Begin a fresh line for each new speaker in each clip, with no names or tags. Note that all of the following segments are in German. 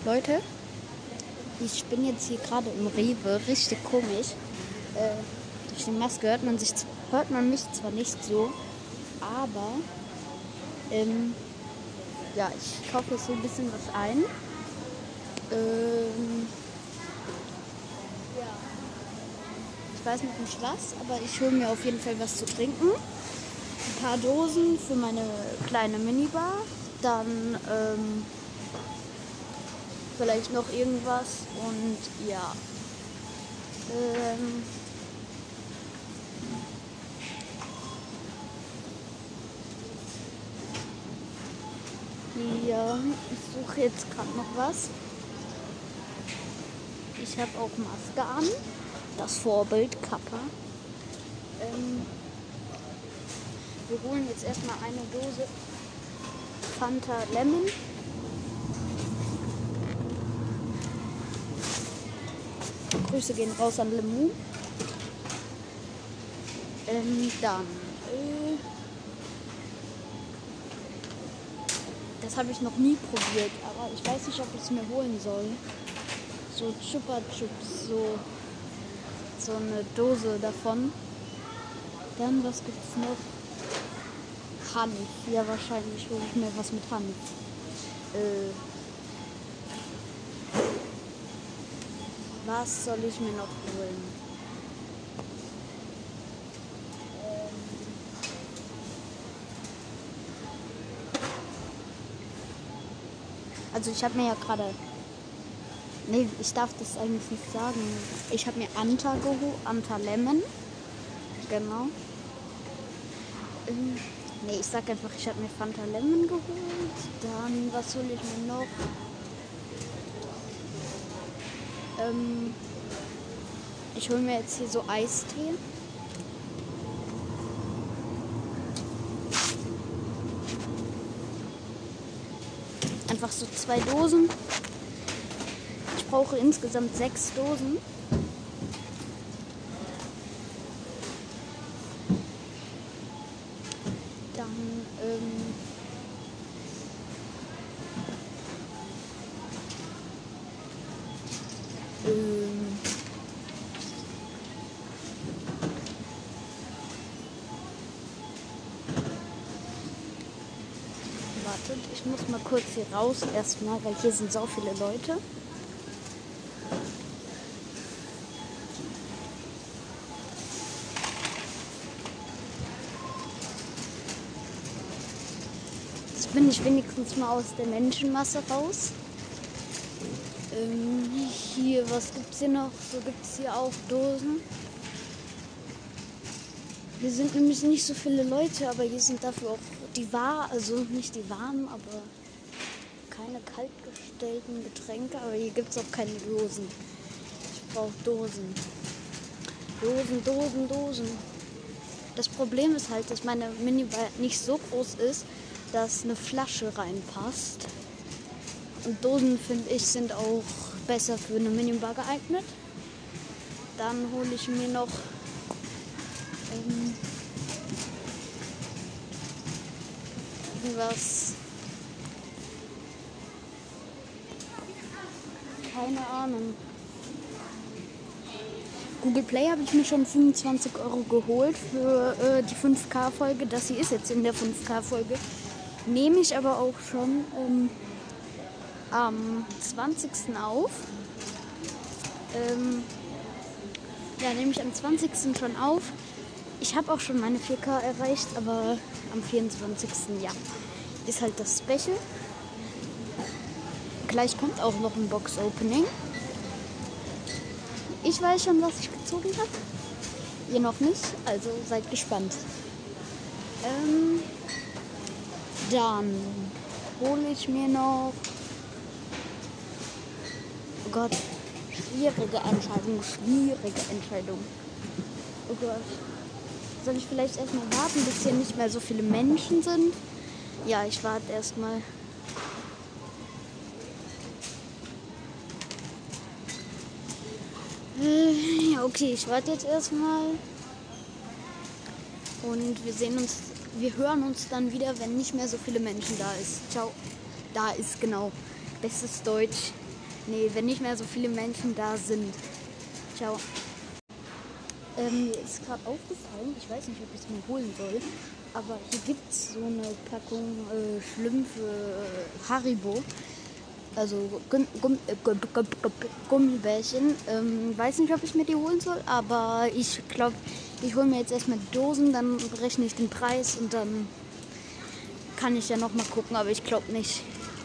Leute, ich bin jetzt hier gerade im Rewe, richtig komisch. Durch die Maske hört man mich zwar nicht so, aber ja, ich kaufe jetzt so ein bisschen was ein. Ja. Ich weiß noch nicht was, aber ich hole mir auf jeden Fall was zu trinken. Ein paar Dosen für meine kleine Minibar. Dann vielleicht noch irgendwas und ja. Ja, ich suche jetzt gerade noch was. Ich habe auch Maske an. Das Vorbild Kappa. Wir holen jetzt erstmal eine Dose Fanta Lemon. Grüße gehen raus an Lemu. Dann das habe ich noch nie probiert, aber ich weiß nicht, ob ich es mir holen soll. So Chupa Chups, so eine Dose davon. Dann, was gibt's noch? Hanif. Ja, wahrscheinlich hole ich mir was mit Hanif. Was soll ich mir noch holen? Also ich habe mir ja gerade... Nee, ich darf das eigentlich nicht sagen. Ich habe mir Anta geholt, Anta Lemon. Genau. Nee, ich sag einfach, ich habe mir Fanta Lemon geholt. Dann, was hole ich mir noch? Ich hole mir jetzt hier so Eistee. Einfach so 2 Dosen. Ich brauche insgesamt 6 Dosen. Dann, wartet, ich muss mal kurz hier raus erstmal, weil hier sind so viele Leute. Jetzt bin ich wenigstens mal aus der Menschenmasse raus. Hier, was gibt's hier noch? So gibt's hier auch Dosen. Hier sind nämlich nicht so viele Leute, aber hier sind dafür auch die also nicht die warmen, aber keine kaltgestellten Getränke. Aber hier gibt's auch keine Dosen. Ich brauche Dosen. Dosen. Das Problem ist halt, dass meine Minibar nicht so groß ist, dass eine Flasche reinpasst. Und Dosen, finde ich, sind auch besser für eine Minibar geeignet. Dann hole ich mir noch irgendwas. Keine Ahnung. Google Play habe ich mir schon 25 € geholt für die 5K-Folge. Das hier ist jetzt in der 5K-Folge. Nehme ich aber auch schon am 20. auf. Nehme ich am 20. schon auf. Ich habe auch schon meine 4K erreicht, aber am 24. ja. Ist halt das Special. Gleich kommt auch noch ein Box-Opening. Ich weiß schon, was ich gezogen habe. Ihr noch nicht, also seid gespannt. Dann hole ich mir noch... Oh Gott, schwierige Entscheidung. Oh Gott. Soll ich vielleicht erstmal warten, bis hier nicht mehr so viele Menschen sind? Ja, ich warte erstmal. Ja, okay, ich warte jetzt erstmal. Und wir hören uns dann wieder, wenn nicht mehr so viele Menschen da ist. Ciao. Da ist, genau. Bestes Deutsch. Nee, wenn nicht mehr so viele Menschen da sind. Ciao. Mir ist gerade aufgefallen, ich weiß nicht, ob ich es mir holen soll, aber hier gibt es so eine Packung Schlümpfe Haribo. Also Gummibärchen. Weiß nicht, ob ich mir die holen soll, aber ich glaube, ich hole mir jetzt erstmal die Dosen, dann berechne ich den Preis und dann kann ich ja noch mal gucken, aber ich glaube nicht.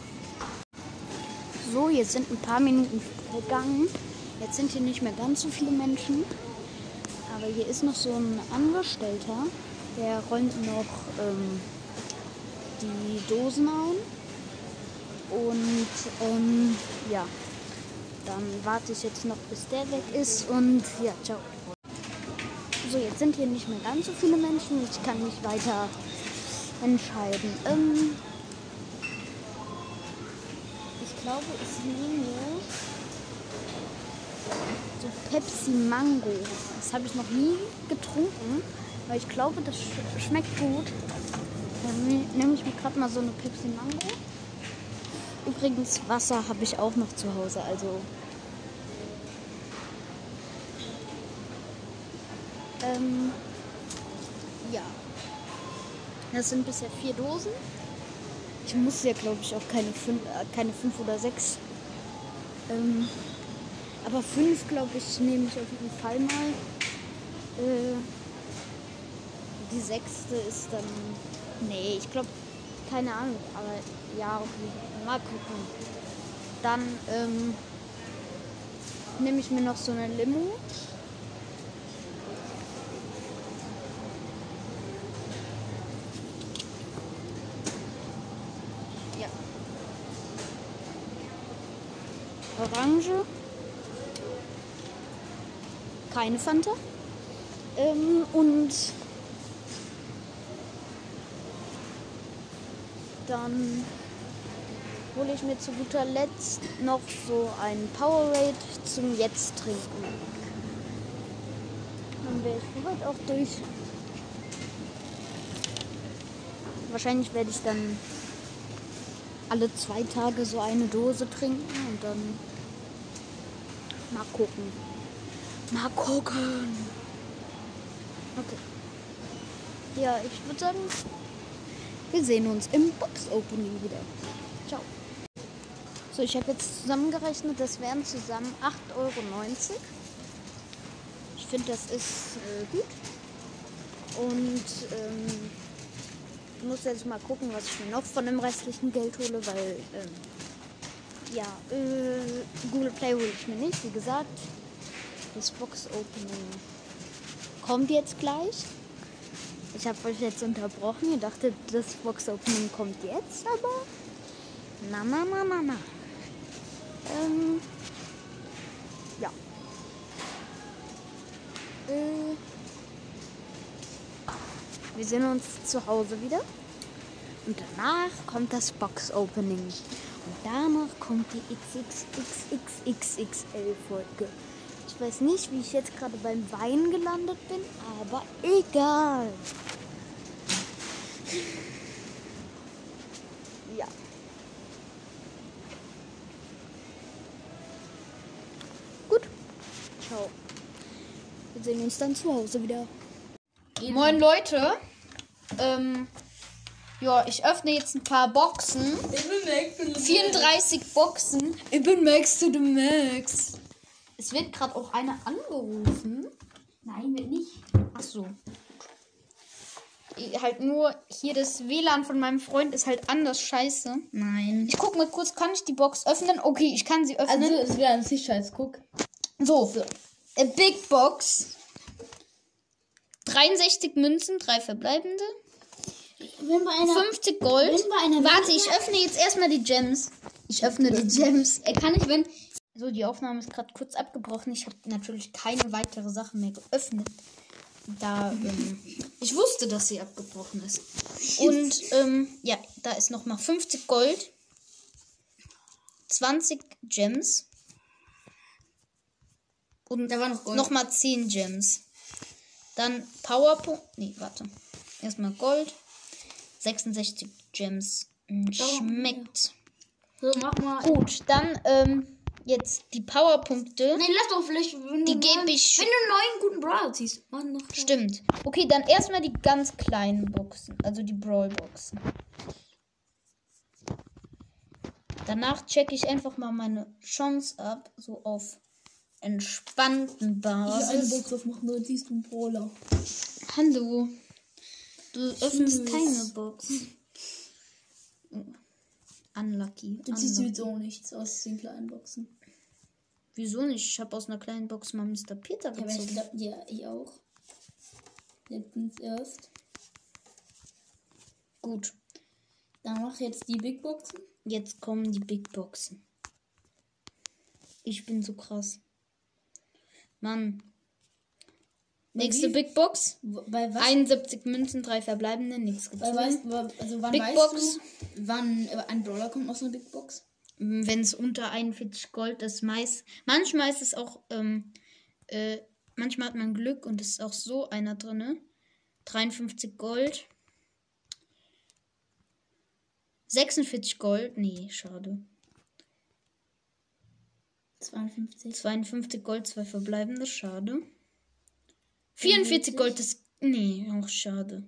So, jetzt sind ein paar Minuten vergangen. Jetzt sind hier nicht mehr ganz so viele Menschen. Aber hier ist noch so ein Angestellter, der räumt noch die Dosen ein. Und ja, dann warte ich jetzt noch, bis der weg ist. Und ja, ciao. So, jetzt sind hier nicht mehr ganz so viele Menschen. Ich kann mich weiter entscheiden. Ich glaube, ich nehme so Pepsi Mango. Das habe ich noch nie getrunken, aber ich glaube, das schmeckt gut. Dann nehme ich mir gerade mal so eine Pepsi Mango. Übrigens, Wasser habe ich auch noch zu Hause, also ja. Das sind bisher 4 Dosen. Ich muss ja, glaube ich, auch keine 5 oder 6. Aber 5, glaube ich, nehme ich auf jeden Fall mal. Die 6. ist dann... Nee, ich glaube, keine Ahnung. Aber ja, okay. Mal gucken. Dann nehme ich mir noch so eine Limo. Ja. Orange. Keine Fanta. Und dann hole ich mir zu guter Letzt noch so ein Powerade zum Jetzt trinken. Dann wäre ich für heute auch durch. Wahrscheinlich werde ich dann alle 2 Tage so eine Dose trinken und dann mal gucken. Mal gucken. Okay. Ja, ich würde sagen, wir sehen uns im Box-Opening wieder. Ciao. So, ich habe jetzt zusammengerechnet, das wären zusammen 8,90 €. Ich finde, das ist gut. Und ich muss jetzt mal gucken, was ich mir noch von dem restlichen Geld hole, weil Google Play hole ich mir nicht, wie gesagt. Das Box-Opening kommt jetzt gleich. Ich habe euch jetzt unterbrochen. Ihr dachtet, das Box-Opening kommt jetzt, aber na. Ja. Wir sehen uns zu Hause wieder. Und danach kommt das Box-Opening. Und danach kommt die XXXXXL-Folge. Ich weiß nicht, wie ich jetzt gerade beim Wein gelandet bin, aber egal. Ja. Gut. Ciao. Wir sehen uns dann zu Hause wieder. Moin Leute. Ja, ich öffne jetzt ein paar Boxen. 34 Boxen. Ich bin Max to the Max. Es wird gerade auch einer angerufen. Nein, wird nicht. Ach so. Halt nur hier das WLAN von meinem Freund ist halt anders scheiße.
Nein.
Ich guck mal kurz, kann ich die Box öffnen? Okay, ich kann sie öffnen.
Also es wäre an sich scheiß, guck.
So. Big Box. 63 Münzen, 3 verbleibende.
Wenn bei einer
50 Gold. Warte, ich öffne jetzt erstmal die Gems. Ich öffne die Gems. Er kann nicht, wenn... So, die Aufnahme ist gerade kurz abgebrochen. Ich habe natürlich keine weitere Sache mehr geöffnet. Da, ich wusste, dass sie abgebrochen ist. Und, ja, da ist nochmal 50 Gold. 20 Gems. Und
da war noch Gold.
Nochmal 10 Gems. Dann Powerpunkt. Nee, warte. Erstmal Gold. 66 Gems. Schmeckt.
So, mach mal.
Gut, dann, jetzt die Powerpunkte.
Nein, lass doch vielleicht.
Die gebe ich.
Wenn du einen neuen guten Brawler ziehst. Mann, noch.
Stimmt. Okay, dann erstmal die ganz kleinen Boxen. Also die Brawl-Boxen. Danach checke ich einfach mal meine Chance ab. So auf entspannten
Hier eine
Basis.
Box aufmachen, dann ziehst du einen Brawler.
Hallo. Du öffnest
Tschüss.
keine Box. Unlucky.
Du ziehst jetzt auch nichts aus den kleinen Boxen.
Wieso nicht? Ich habe aus einer kleinen Box mal Mr. Peter
Ja, aber ich
gezogen.
glaub, ja, ich auch. Letztens erst.
Gut.
Dann mach jetzt die Big Boxen.
Jetzt kommen die Big Boxen. Ich bin so krass. Mann. Nächste
wie?
Big Box.
Bei was?
71 Münzen, 3 verbleibende, nichts
Bei
gezogen.
wann
Big
weißt
Box.
du, wann ein Brawler kommt aus einer Big Box?
Wenn es unter 41 Gold ist, manchmal ist es auch, manchmal hat man Glück und es ist auch so einer drinne. 53 Gold. 46 Gold. Nee, schade.
52.
52 Gold, 2 verbleibende, schade. 44 Gold ist. Nee, auch schade.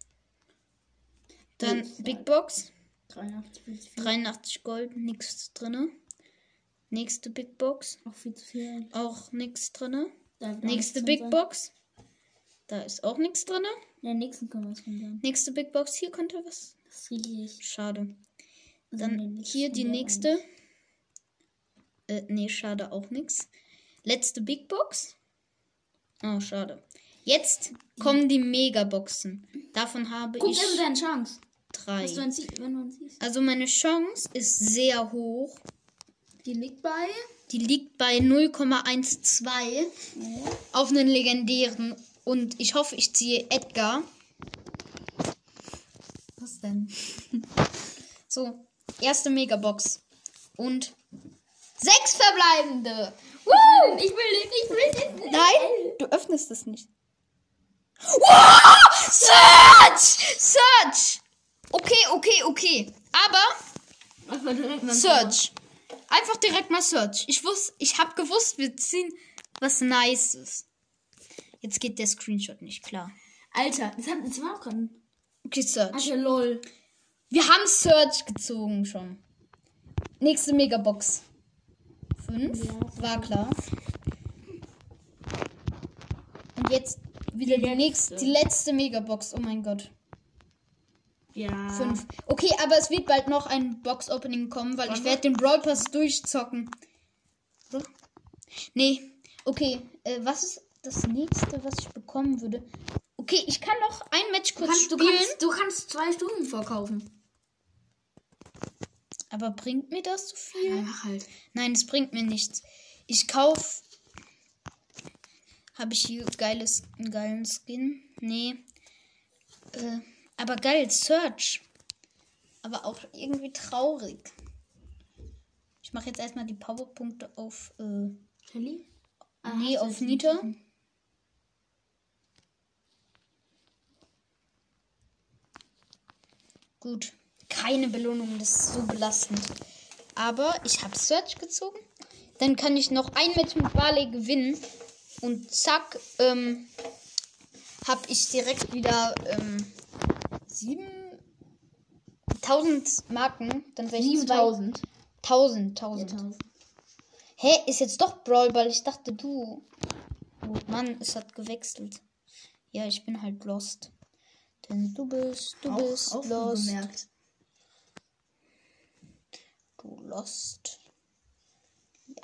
Dann Big Box.
83, 54.
83 Gold, nichts drinne. Nächste Big Box.
Auch viel zu viel.
Auch nichts drinne.
Da wird auch
Nächste
nichts
Big
drin sein.
Box. Da ist auch nichts drinne.
In der nächsten können wir es drin sein.
Nächste Big Box. Hier könnte was.
Das ist riesig.
Schade.
Also in der
Dann
nächsten
hier die
wäre
nächste. Nee, schade, auch nichts. Letzte Big Box. Oh, schade. Jetzt kommen die Megaboxen. Davon habe
Guck
ich
dir deine Chance.
3.
Wenn du einen siehst.
Also meine Chance ist sehr hoch.
Die liegt bei.
Die liegt bei 0,12
Ja.
auf einen legendären. Und ich hoffe, ich ziehe Edgar. Was denn? So, erste Megabox. Und 6 verbleibende. Woo!
Ich will nicht.
Nein, du öffnest es nicht. Wow! Search! Okay. Aber Search. Einfach direkt mal Search. Ich habe gewusst, wir ziehen was Nices. Jetzt geht der Screenshot nicht klar.
Alter, das war auch gerade.
Okay, Search.
Alter, lol.
Wir haben Search gezogen schon. Nächste Megabox. 5.
Ja,
War klar. Und jetzt wieder die letzte Megabox. Oh mein Gott.
Ja.
5. Okay, aber es wird bald noch ein Box-Opening kommen, weil ich werde den Brawl Pass durchzocken. Oder? Nee. Okay, was ist das nächste, was ich bekommen würde? Okay, ich kann noch ein Match kurz spielen.
Du kannst 2 Stunden verkaufen.
Aber bringt mir das so viel?
Ach halt.
Nein, es bringt mir nichts. Ich kaufe. Habe ich hier einen geilen Skin? Nee. Aber geil, Search. Aber auch irgendwie traurig. Ich mache jetzt erstmal die Powerpunkte auf.
Shelly?
Nee, auf Nita. Gut. Keine Belohnung, das ist so belastend. Aber ich habe Search gezogen. Dann kann ich noch ein Match mit Barley gewinnen. Und zack, habe ich direkt wieder 7.000 Marken. Dann wäre ich
7000.
1000. Hä, ist jetzt doch Brawl Ball. Ich dachte du. Oh Mann, es hat gewechselt. Ja, ich bin halt lost. Denn du bist
Auch
lost.
gemerkt.
Du lost. Ja.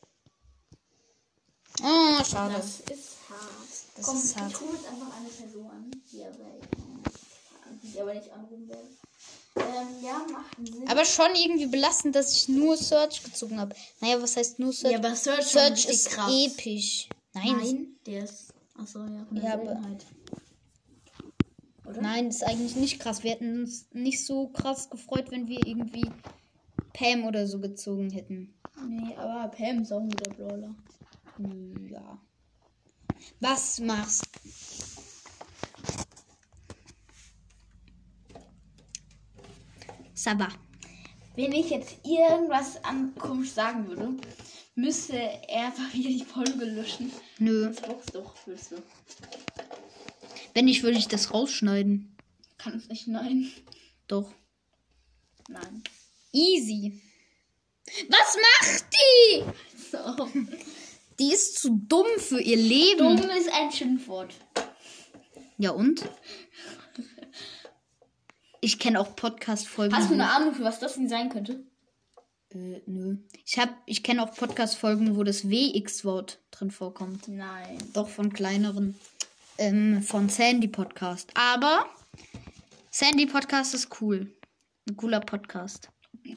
Oh, schade.
Das ist hart.
Das
Komm,
ist hart.
ich rufe jetzt einfach eine Person an, die aber nicht anrufen werden. Ja, macht Sinn.
Aber schon irgendwie belastend, dass ich nur Search gezogen habe. Naja, was heißt nur Search?
Ja, aber Search
Search
schon
ist
krass.
episch. Nein,
Der ist. Achso, ja, von der
Ja, aber-
Seltenheit. Oder?
Nein, ist eigentlich nicht krass. Wir hätten uns nicht so krass gefreut, wenn wir irgendwie Pam oder so gezogen hätten.
Nee, aber Pam ist auch ein guter Brawler.
Ja. Was machst du? Saba.
Wenn ich jetzt irgendwas an komisch sagen würde, müsste er einfach wieder die Folge löschen.
Nö.
Das boxt doch, willst du.
Wenn nicht, würde ich das rausschneiden.
Kann es nicht, nein.
Doch.
Nein.
Easy. Was macht die?
So.
Die ist zu dumm für ihr Leben.
Dumm ist ein Schimpfwort.
Ja und? Ich kenne auch Podcast-Folgen.
Hast du eine Ahnung, für was das denn sein könnte?
Nö. Ich kenne auch Podcast-Folgen, wo das WX-Wort drin vorkommt.
Nein.
Doch von kleineren. Von Sandy Podcast. Aber Sandy Podcast ist cool. Ein cooler Podcast.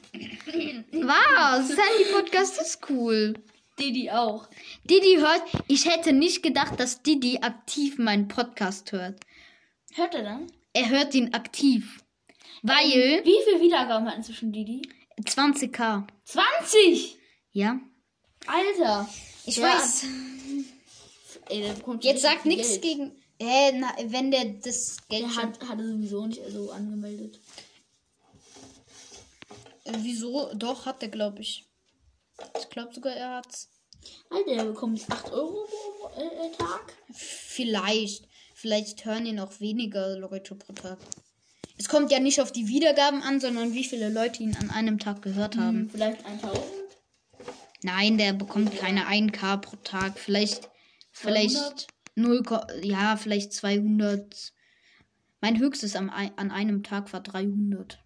Was? Sandy Podcast ist cool.
Didi auch.
Didi hört. Ich hätte nicht gedacht, dass Didi aktiv meinen Podcast hört.
Hört er dann?
Er hört ihn aktiv. Weil
Wie viele Wiedergaben hat inzwischen Didi?
20.000.
20!
Ja.
Alter.
Ich
Ja.
weiß.
Ey, der bekommt
Jetzt
richtig
sagt
viel
nichts
Geld.
gegen. Wenn der das Geld
Der
schon.
hat er sowieso nicht so angemeldet.
Wieso? Doch, hat er, glaube ich. Ich glaube sogar, er hat's.
Alter, der bekommt 8 Euro pro Tag.
Vielleicht. Vielleicht hören ihn auch weniger Leute pro Tag. Es kommt ja nicht auf die Wiedergaben an, sondern wie viele Leute ihn an einem Tag gehört haben.
Vielleicht 1000.
Nein, der bekommt keine 1K pro Tag. Vielleicht 0, ja, vielleicht 200. Mein höchstes an einem Tag war 300.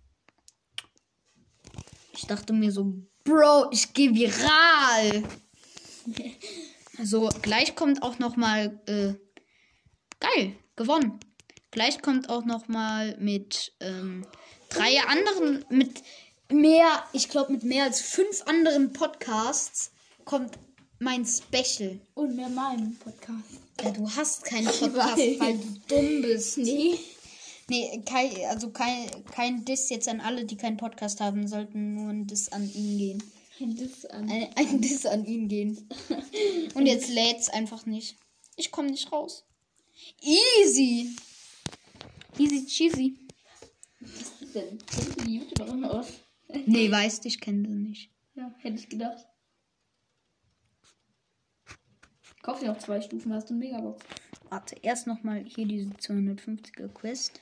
Ich dachte mir so, Bro, ich gehe viral. Also, gleich kommt auch noch mal, geil, gewonnen. Gleich kommt auch noch mal mit 3 anderen, ich glaube mit mehr als 5 anderen Podcasts kommt mein Special.
Und mehr meinem Podcast.
Ja, du hast keinen Podcast,
weiß.
weil du dumm bist.
Nee.
Nee, kein Diss jetzt an alle, die keinen Podcast haben, sollten nur ein Diss an ihn gehen. Ein Diss an ihn gehen. Und jetzt lädt's einfach nicht. Ich komme nicht raus. Easy. Easy cheesy.
Was ist denn? Kennst du die YouTuberin aus?
Nee, weißt du, ich kenne sie nicht.
Ja, hätte ich gedacht. Kauf dir noch 2 Stufen, hast du eine Megabox.
Warte, erst nochmal hier diese 250er Quest.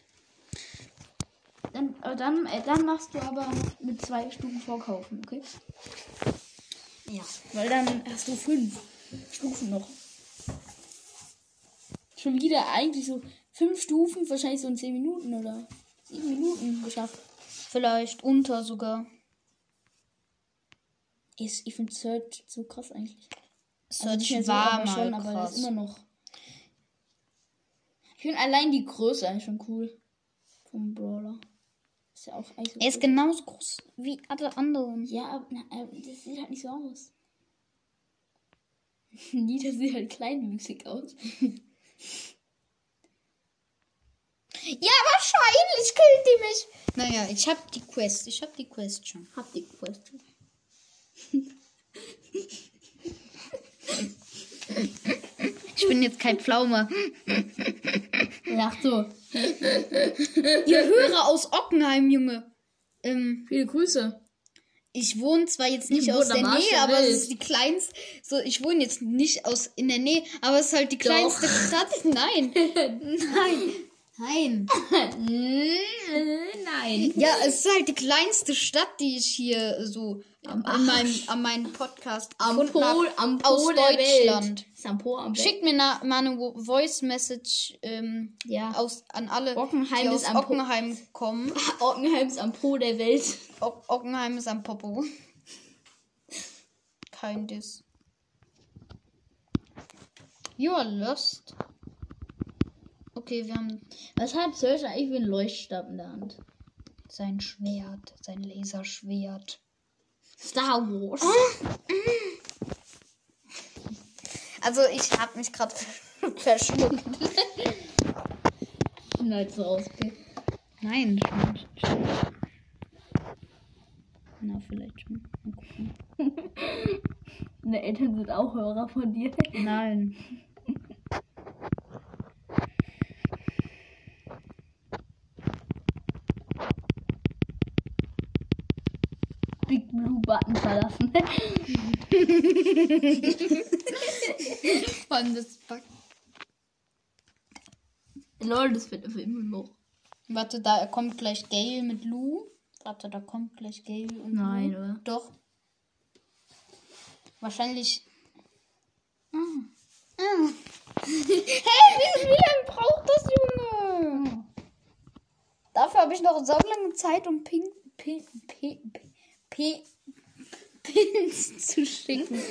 Dann machst du aber mit 2 Stufen vorkaufen, okay?
Ja.
Weil dann hast du 5 Stufen noch. Schon wieder eigentlich so 5 Stufen, wahrscheinlich so in 10 Minuten oder 7 Minuten geschafft.
Vielleicht unter sogar.
Ich finde Search so krass eigentlich.
Search
nicht mehr
war
aber
mal
schon, aber das
krass.
ist immer noch. Ich finde allein die Größe eigentlich schon cool. Vom Brawler. Ist ja auch eigentlich so
Er ist
cool.
genauso groß wie alle anderen.
Ja, aber das sieht halt nicht so aus. Nita sieht halt kleinwüchsig aus.
Ja, wahrscheinlich killt die mich. Naja, ich hab die Quest schon.
Habt ihr Quest?
Ich bin jetzt kein Pflaume.
Ach so.
Ihr Hörer aus Ockenheim, Junge.
Viele Grüße.
Ich wohne zwar jetzt nicht
Ich
aus
wohne
der
am Arsch
Nähe,
der
aber es
Welt.
ist die kleinste. So, ich wohne jetzt nicht in der Nähe, aber es ist halt die kleinste Stadt. Nein. Nein.
Nein.
Ja, es ist halt die kleinste Stadt, die ich hier so an meinem Podcast gefunden habe, aus
der
Deutschland.
Welt. Sampo am Welt.
Schickt mir mal eine Voice Message
Ja.
an alle,
Ockenheim
die
ist
aus
am
Ockenheim kommen.
Ockenheim ist am Po der Welt.
Ockenheim ist am Popo. Kein Diss. You are lost. Okay, wir haben
Was hat Search eigentlich für einen Leuchtstab in der Hand?
sein Schwert, sein Laserschwert.
Star Wars.
Also ich habe mich gerade verschluckt.
Schneid's raus, okay.
Nein, stimmt. Na, vielleicht schon. Mal gucken.
Deine Eltern sind auch Hörer von dir.
Nein.
Big Blue Button verlassen.
Mann, das packt.
Lol, das wird immer noch.
Warte, da kommt gleich Gale mit Lou. Warte, da kommt gleich Gale und
Nein,
Lou.
oder?
Doch. Wahrscheinlich. Hey, wie lange braucht das, Junge? Dafür habe ich noch so lange Zeit, um Pins zu schicken.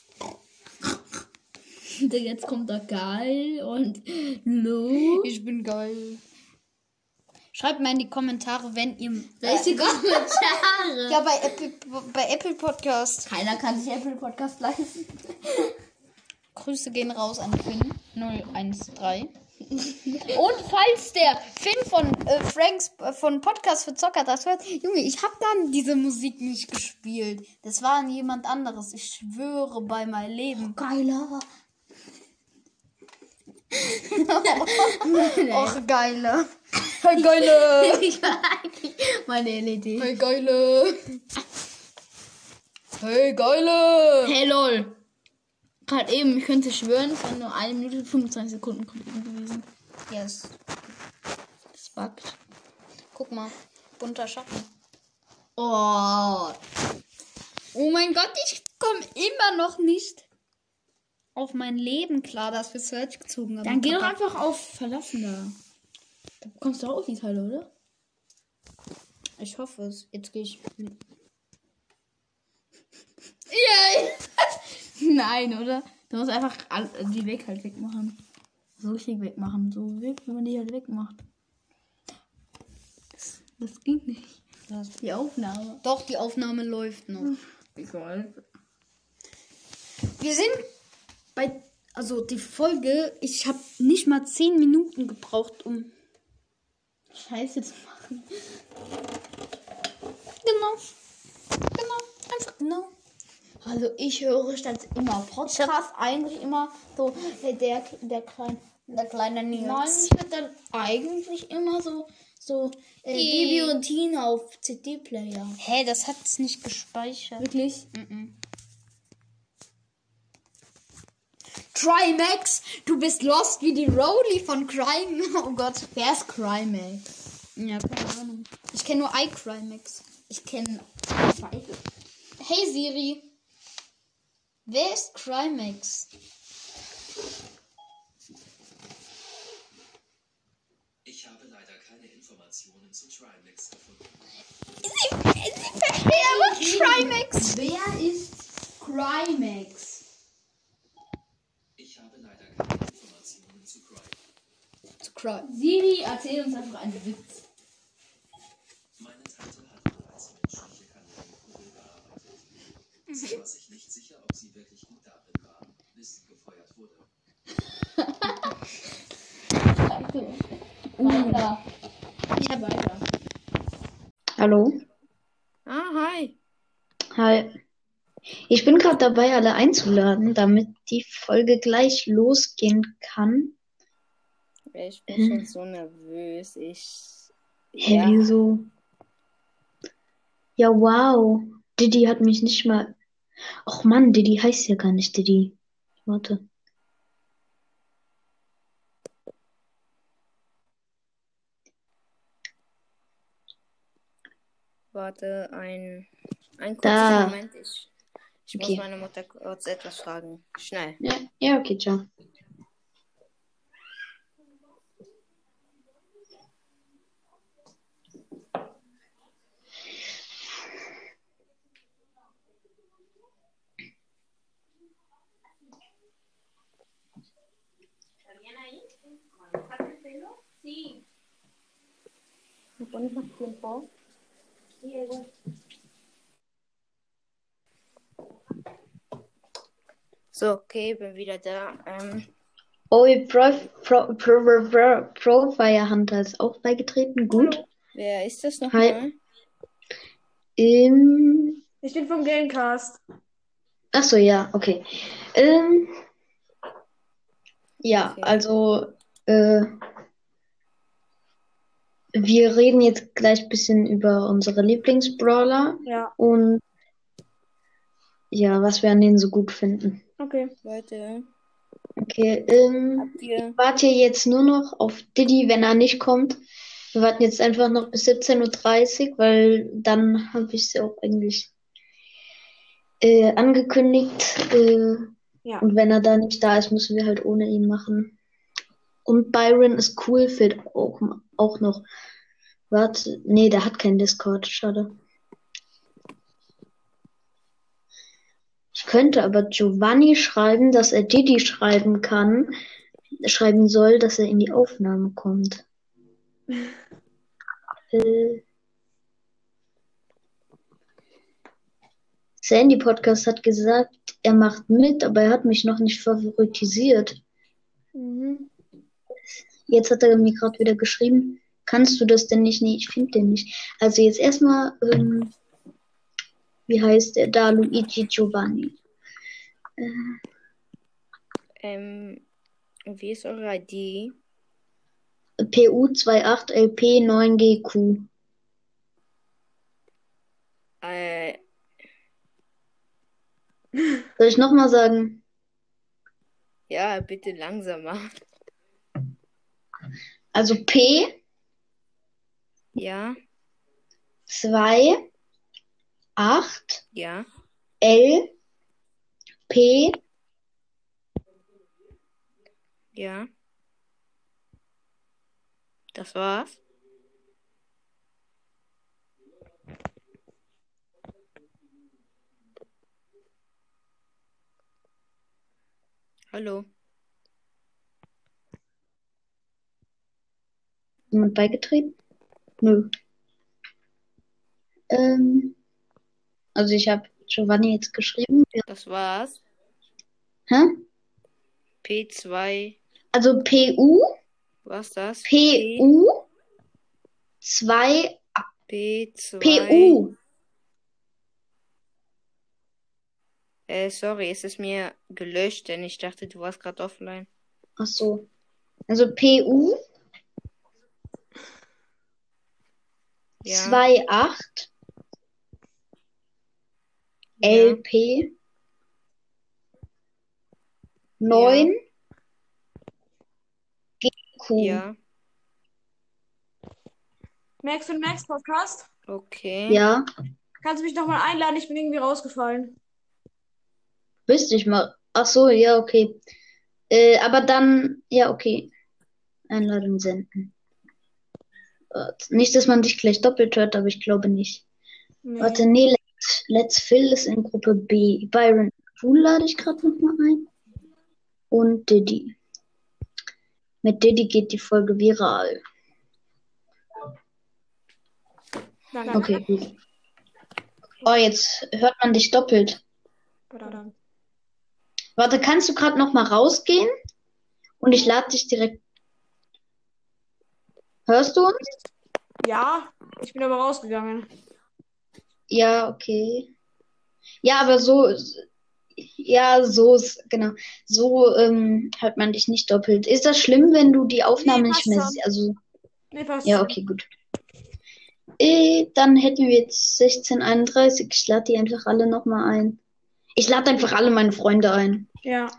Jetzt kommt da geil und Lu.
Ich bin geil. Schreibt mal in die Kommentare, wenn ihr.
Welche Kommentare?
Ja, bei Apple Podcast.
Keiner kann sich Apple Podcast leisten.
Grüße gehen raus an Finn 013. Und falls der Finn von Franks von Podcast für Zocker das hört, Junge, ich habe dann diese Musik nicht gespielt. Das war jemand anderes. Ich schwöre bei meinem Leben.
Geiler.
Och, geile. Hey, geile.
Meine LED.
Hey, geile. Hey, geile.
Hey, lol. Gerade eben, ich könnte schwören, es waren nur 1 Minute und 25 Sekunden gewesen.
Yes.
Das buggt.
Guck mal. Bunter Schatten.
Oh.
Oh mein Gott, ich komme immer noch nicht auf mein Leben klar, dass wir Search gezogen haben.
Dann geh doch einfach auf Verlassen da. Da bekommst du auch die Teile, oder?
Ich hoffe es. Jetzt gehe ich mit.
Yay! Nein, oder? Du musst einfach die wegmachen. So richtig wegmachen. So weg, wie man die halt wegmacht. Das ging nicht. Die Aufnahme.
Doch, die Aufnahme läuft noch.
Egal.
Wir sind also die Folge, ich habe nicht mal 10 Minuten gebraucht, um
Scheiße zu machen.
Genau, einfach genau.
Also ich höre statt immer Podcast eigentlich immer so der kleine Nils. Nein, ich höre dann eigentlich immer so Bibi und Tina auf CD-Player.
Hä, das hat's nicht gespeichert.
Wirklich?
Trimax, du bist lost wie die Rowley von Crime. Oh Gott.
Wer ist Crimex?
Ja, keine Ahnung. Ich kenne nur iCrimex.
Ich kenne beide.
Hey Siri. Wer ist Crimex?
Ich habe leider keine Informationen zu Trimax gefunden.
Sie versteht aber Trimax.
Wer ist Crimex?
Ich habe leider keine Informationen zu Crime.
Siri, erzähl uns einfach einen Witz.
Meine Tante hat bereits menschliche Kanonenkugel bearbeitet. Sie war sich nicht sicher, ob sie wirklich gut darin war, bis sie gefeuert wurde.
Weiter. Ich hab weiter.
Hallo?
Ah, hi.
Hi. Ich bin gerade dabei, alle einzuladen, damit die Folge gleich losgehen kann.
Ich bin schon so nervös.
Hä, wieso? Ja, wow. Diddy hat mich nicht mal... Och Mann, Diddy heißt ja gar nicht Diddy. Warte.
Warte, ein kurzen
Da.
Moment. Ich muss
Okay.
meine Mutter kurz etwas fragen. Schnell.
Ja, okay, ciao.
So, okay, bin wieder da.
Oi, Profire Hunter ist auch beigetreten. Gut.
Wer ist das
Hi.
nochmal?
Ich bin vom Gamecast.
Achso, ja, okay. Ja,
Okay.
also, wir reden jetzt gleich ein bisschen über unsere Lieblingsbrawler
Ja.
und Ja, was wir an denen so gut finden.
Okay.
Leute,
Okay,
habt ihr...
ich warte jetzt nur noch auf Diddy, wenn er nicht kommt. Wir warten jetzt einfach noch bis 17:30 Uhr, weil dann habe ich es auch eigentlich angekündigt.
Ja.
Und wenn er da nicht da ist, müssen wir halt ohne ihn machen. Und Byron ist cool, fehlt auch noch. Warte, nee, der hat keinen Discord, schade. Ich könnte aber Giovanni schreiben, dass er Didi schreiben soll, dass er in die Aufnahme kommt. Sandy Podcast hat gesagt, er macht mit, aber er hat mich noch nicht favoritisiert.
Mhm.
Jetzt hat er mir gerade wieder geschrieben, kannst du das denn nicht? Nee, ich finde den nicht. Also jetzt erstmal, wie heißt der da? Luigi Giovanni.
Wie ist eure ID?
PU28LP9GQ. Soll ich nochmal sagen?
Ja, bitte langsamer.
Also P
Ja,
2 8
ja,
L P
ja. Das war's. Hallo.
jemand beigetreten? Nö. Also ich habe Giovanni jetzt geschrieben.
Das war's.
Hä?
P2.
Also PU
Was das?
PU 2
P2.
PU.
Sorry, es ist mir gelöscht, denn ich dachte, du warst gerade offline.
Ach so. Also PU
Ja.
28
Ja.
LP 9 GQ.
Ja.
Max und Max Podcast.
Okay.
Ja,
Kannst du mich nochmal einladen? Ich bin irgendwie rausgefallen.
wüsste ich mal. Ach so, ja, okay. Aber dann, ja, okay. Einladung senden. Nicht, dass man dich gleich doppelt hört, aber ich glaube nicht.
Nee.
Warte, nee, Let's Phil ist in Gruppe B. Byron, du lade ich gerade nochmal ein. Und Diddy. Mit Diddy geht die Folge viral.
Danke.
Okay, gut. Oh, jetzt hört man dich doppelt.
Verdammt.
Warte, kannst du gerade nochmal rausgehen? Und ich lade dich direkt. Hörst du uns?
Ja, ich bin aber rausgegangen.
Ja, okay. Ja, aber so. Ja, so ist, genau. So hört man dich nicht doppelt. Ist das schlimm, wenn du die Aufnahme
Nee,
nicht
passt
mehr
schon.
siehst? Also,
Nee, passt
ja,
schon.
okay, gut. Dann hätten wir jetzt 16:31. Ich lade die einfach alle nochmal ein. Ich lade einfach alle meine Freunde ein.
Ja.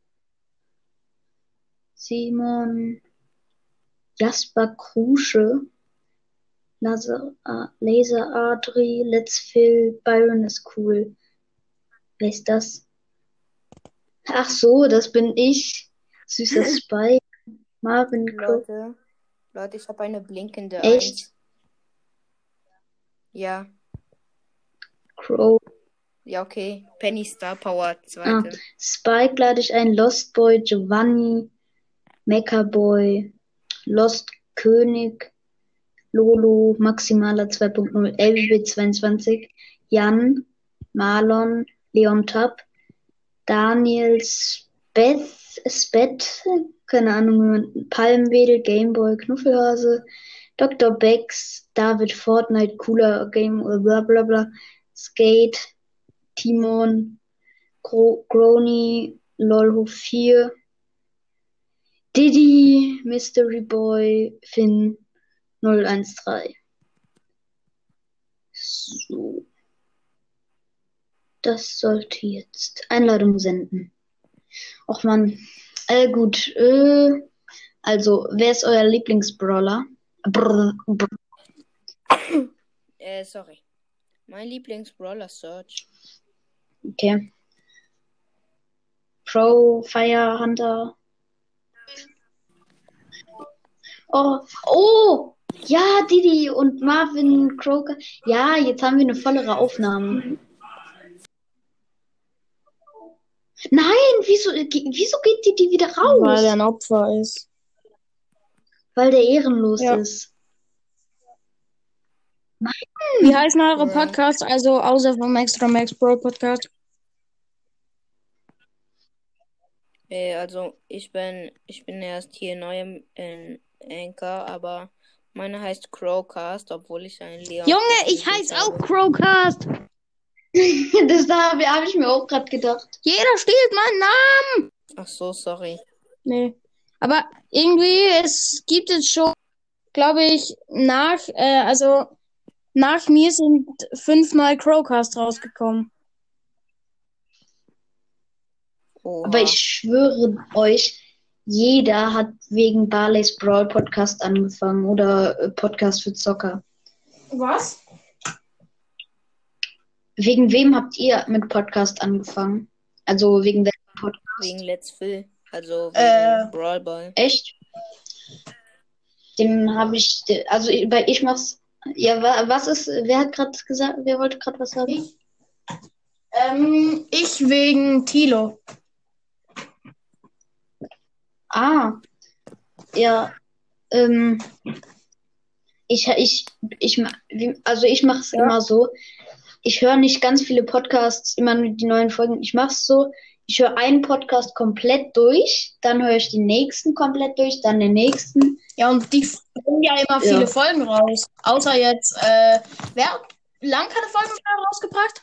Simon, Jasper Krusche, Laser Adri, Let's Phil, Byron ist cool. Wer ist das? Ach so, das bin ich. Süßer Spike, Marvin Crow.
Leute, ich habe eine blinkende
Echt?
1. Ja.
Crow.
Ja, okay. Penny Star Power,
Ah,
zweite.
Spike lade ich ein, Lost Boy, Giovanni, Mecha Boy, Lost König, Lolo, Maximaler 2.0, LWB22, Jan, Marlon, Leon Tapp, Daniel Speth, keine Ahnung, wie man, Palmwedel, Gameboy, Knuffelhase, Dr. Bex, David Fortnite, Cooler Game, bla bla bla, Skate, Timon, Grony, Lolho 4, Diddy, Mystery Boy, Finn 013. So. Das sollte jetzt Einladung senden. Och man. Gut. Also, wer ist euer Lieblingsbrawler?
Sorry. Mein Lieblingsbrawler Search.
Okay. Pro, Fire, Hunter. Oh, ja, Didi und Marvin, Croker. Ja, jetzt haben wir eine vollere Aufnahme. Nein, wieso geht Didi wieder raus?
Weil er ein Opfer ist.
Weil der ehrenlos
Ja.
ist.
Wie heißen eure
Ja.
Podcasts? Also außer vom Extra Max Pro Podcast.
Also ich bin erst hier neu in Anchor, aber meine heißt Crowcast, obwohl ich einen Leon.
Junge, ich heiße auch Crowcast.
Das hab ich mir auch gerade gedacht.
Jeder stiehlt meinen Namen.
Ach so, sorry.
Nee. Aber irgendwie, es gibt es schon, glaube ich, nach mir sind 5-mal Crowcast rausgekommen.
Oha.
Aber ich schwöre euch, jeder hat wegen Barleys Brawl Podcast angefangen oder Podcast für Zocker.
Was?
Wegen wem habt ihr mit Podcast angefangen? Also wegen welchem Podcast?
Wegen Let's Fill. Also wegen Brawl Ball.
Echt? Den habe ich, also weil ich mach's. Ja, wer hat gerade gesagt, wer wollte gerade was sagen?
Ich wegen Tilo.
Ah, ja, ich mache es immer so. Ich höre nicht ganz viele Podcasts, immer nur die neuen Folgen. Ich mache es so, ich höre einen Podcast komplett durch, dann höre ich den nächsten komplett durch, dann den nächsten.
Ja, und die bringen ja immer viele Folgen raus. Außer jetzt, wer hat lang keine Folgen mehr rausgebracht?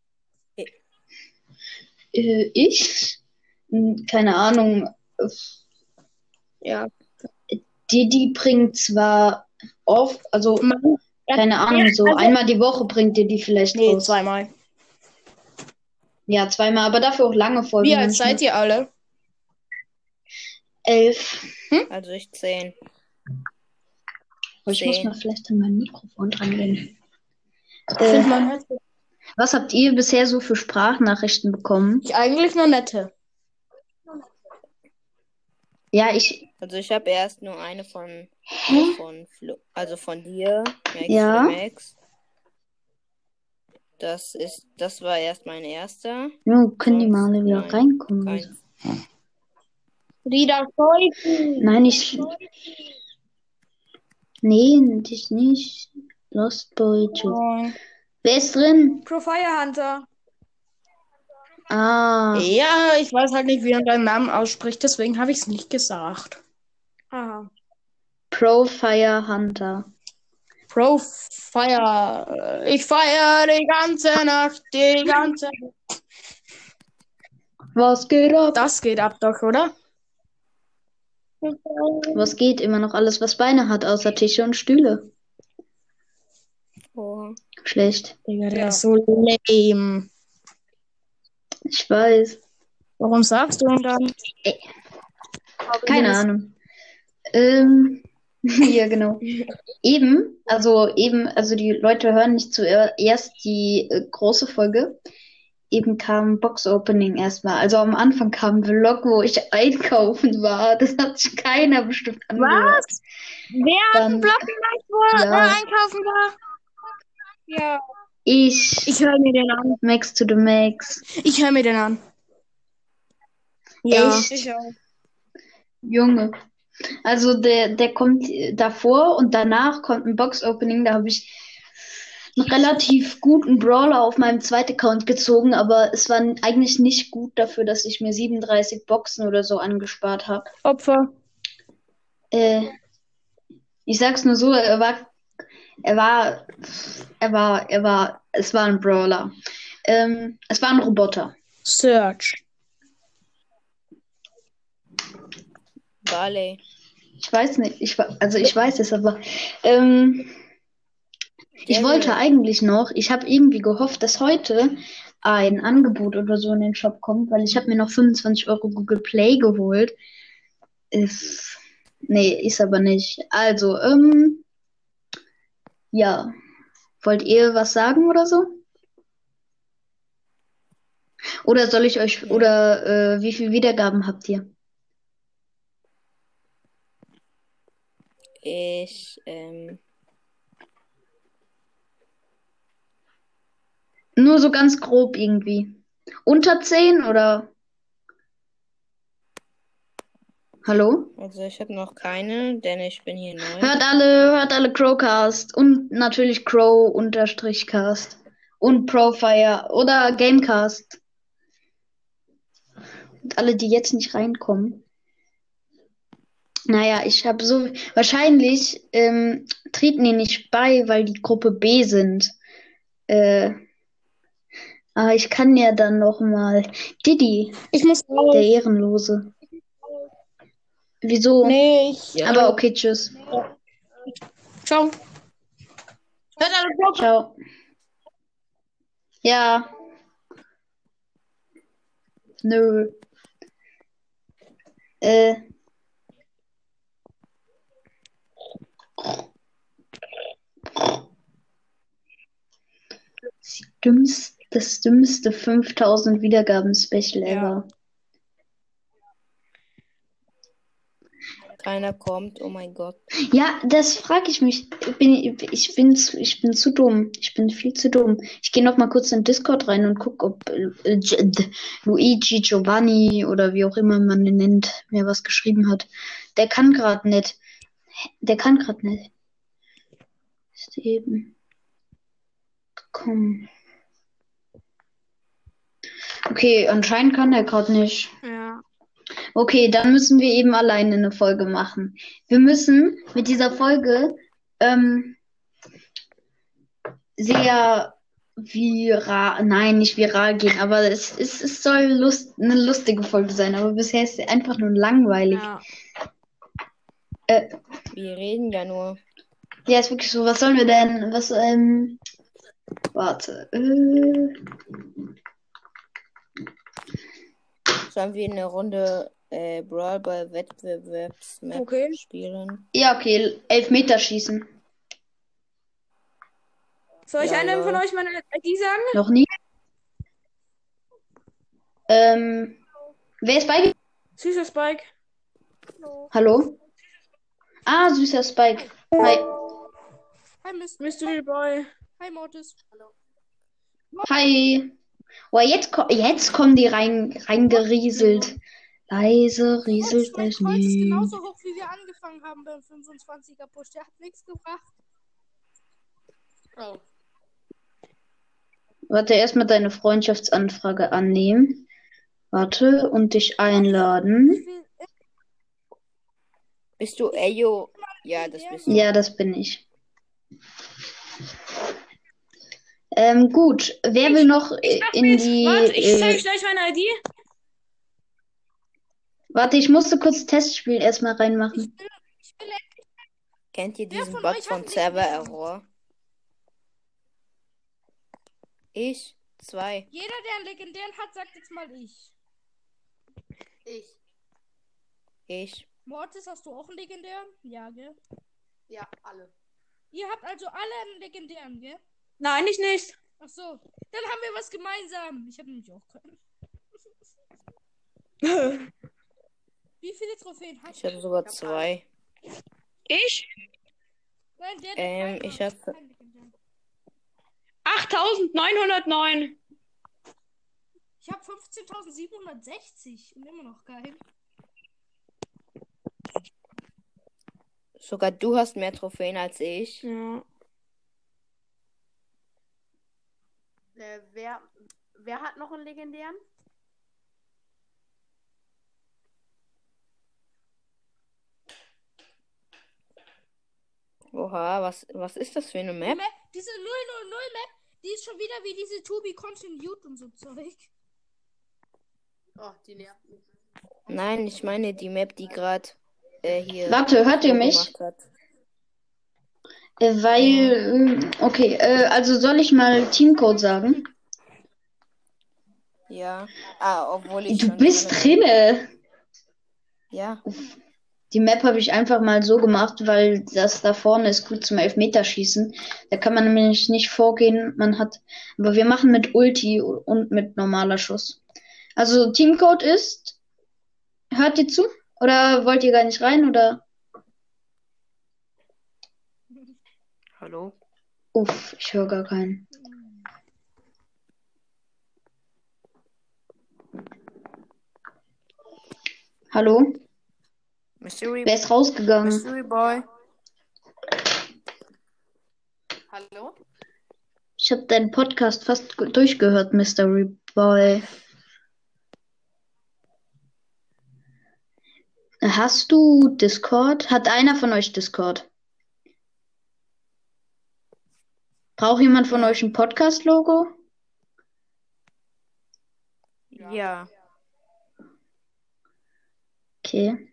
Ich? Keine Ahnung.
Ja.
Die bringt zwar oft, also keine Ahnung, so einmal die Woche bringt ihr die vielleicht
Nee,
raus.
2-mal.
Ja, zweimal, aber dafür auch lange Folgen.
Wie alt seid ihr alle?
11.
Also ich 10.
Oh, ich muss mal vielleicht an mein Mikrofon dran gehen.
Man hört
Was habt ihr bisher so für Sprachnachrichten bekommen?
ich eigentlich nur nette.
Ja, ich.
Also ich habe erst nur eine von von dir, Max
Ja.
Max. Das war erst mein erster.
No, können die mal wieder
Nein,
reinkommen?
kein-
Rieder Scheuchen.
Nein, Nee, dich nicht. Lost Boy. Wer ist drin?
Pro Fire Hunter.
Ah,
Ja, ich weiß halt nicht, wie man deinen Namen ausspricht, deswegen habe ich es nicht gesagt. Aha.
Pro Fire Hunter.
Pro Fire. Ich feiere die ganze Nacht, die ganze.
Was geht ab?
Das geht ab doch, oder?
Was geht? Immer noch alles, was Beine hat, außer Tische und Stühle.
Oha.
Schlecht.
Digga, der ist so lame.
Ich weiß.
Warum sagst du ihn dann?
Keine Ahnung. Ja, genau. Also die Leute hören nicht zuerst die große Folge. Eben kam Box-Opening erstmal. Also am Anfang kam ein Vlog, wo ich einkaufen war. Das hat sich keiner bestimmt angehört.
Was? Wer hat einen Blog gemacht, wo er
Ja.
einkaufen war? Ja.
Ich
Ich höre mir den an.
Max to the Max.
Ich höre mir den an.
Echt?
Ich auch.
Junge. Also der kommt davor und danach kommt ein Box-Opening. Da habe ich einen relativ guten Brawler auf meinem zweiten Account gezogen, aber es war eigentlich nicht gut dafür, dass ich mir 37 Boxen oder so angespart habe.
Opfer.
Ich sag's nur so, es war ein Brawler. Es war ein Roboter.
Search.
Barley.
Ich weiß nicht, ich weiß es, aber ich
Daryl.
wollte eigentlich noch, ich habe irgendwie gehofft, dass heute ein Angebot oder so in den Shop kommt, weil ich habe mir noch 25 Euro Google Play geholt. Nee, ist aber nicht. Also, ja. Wollt ihr was sagen oder so? Oder soll ich euch,
Nee.
oder wie viele Wiedergaben habt ihr?
Ich,
Nur so ganz grob irgendwie. Unter 10 oder? Hallo?
also ich habe noch keine, denn ich bin hier neu.
Hört alle Crowcast und natürlich Crow-Cast und Profire oder Gamecast. Und alle, die jetzt nicht reinkommen. Naja, ich habe so, wahrscheinlich treten die nicht bei, weil die Gruppe B sind. Aber ich kann ja dann noch mal. Didi,
Ich muss
der
raus.
Ehrenlose. Wieso?
Nee,
Aber okay, tschüss.
Ciao. Hört alle Crow.
Ciao. Ja. Nö. Das dümmste 5000 Wiedergaben-Special ever.
Keiner kommt, oh mein Gott.
Ja, das frage ich mich. Ich bin zu dumm. Ich bin viel zu dumm. Ich gehe noch mal kurz in Discord rein und gucke, ob Luigi, Giovanni oder wie auch immer man den nennt, mir was geschrieben hat. Der kann gerade nicht. Ist eben gekommen. Okay, anscheinend kann er gerade nicht.
Ja.
Okay, dann müssen wir eben alleine eine Folge machen. Wir müssen mit dieser Folge sehr nicht viral gehen, aber es soll eine lustige Folge sein, aber bisher ist sie einfach nur langweilig.
Ja.
Wir reden ja nur.
Ja, ist wirklich so. Was sollen wir denn? Warte.
Sollen wir eine Runde Brawl Ball Wettbewerbsmap
Okay.
spielen?
Ja, okay. Elfmeterschießen.
Soll ich
Ja,
einem von
lol.
euch meine ID sagen?
Noch nie. Wer ist bei?
Süßer Spike.
Hallo? Ah, süßer Spike. Hi.
Hi, Mystery Boy. Hi, Mortis.
Hi. Oh, jetzt kommen die reingerieselt. Leise rieselt
Mein
das
Kreuz ist
nicht.
genauso hoch, wie wir angefangen haben beim 25er Push. Der hat nichts gebracht. Oh.
Warte, erstmal deine Freundschaftsanfrage annehmen. Warte, und dich einladen.
Bist du Eyo? Ja, das bist du.
Ja, das bin ich. Gut. Wer will noch in die...
Warte, ich zeige euch gleich meine ID.
Warte, ich musste kurz Testspiel erstmal reinmachen.
Kennt ihr diesen
von
Bot
euch hat
von
einen
Server
legendären?
Error? Ich? 2.
Jeder, der einen legendären hat, sagt jetzt mal ich.
Ich.
Mortis, hast du auch einen legendären? Ja, gell?
Ja, alle.
Ihr habt also alle einen legendären, gell? Nein, ich nicht. Ach so. Dann haben wir was gemeinsam. Ich habe nämlich auch keinen. Wie viele Trophäen hast
Ich habe sogar 2.
Ich? Nein, der
Ich habe
8.909. Ich habe 15.760 und immer noch keinen.
sogar du hast mehr Trophäen als ich.
Ja.
Wer hat noch einen legendären?
Oha, was ist das für eine Map?
Diese 000-Map, die ist schon wieder wie diese To Be Continued und so Zeug.
Oh, die nervt mich.
Nein, ich meine die Map, die gerade hier
Warte, hört ihr mich?
gemacht hat.
Okay, also soll ich mal Teamcode sagen?
Ja. Obwohl ich
Du
schon
bist
drin bin.
drinne.
Ja.
Die Map habe ich einfach mal so gemacht, weil das da vorne ist gut zum Elfmeterschießen. Da kann man nämlich nicht vorgehen. Aber wir machen mit Ulti und mit normaler Schuss. Also Teamcode ist, hört ihr zu? Oder wollt ihr gar nicht rein? Oder?
Hallo?
Uff, ich höre gar keinen. Hallo?
Mystery,
Wer ist rausgegangen?
Mystery Boy.
Hallo?
Ich habe deinen Podcast fast durchgehört, Mystery Boy. Hast du Discord? Hat einer von euch Discord? Braucht jemand von euch ein Podcast-Logo?
Ja.
Okay.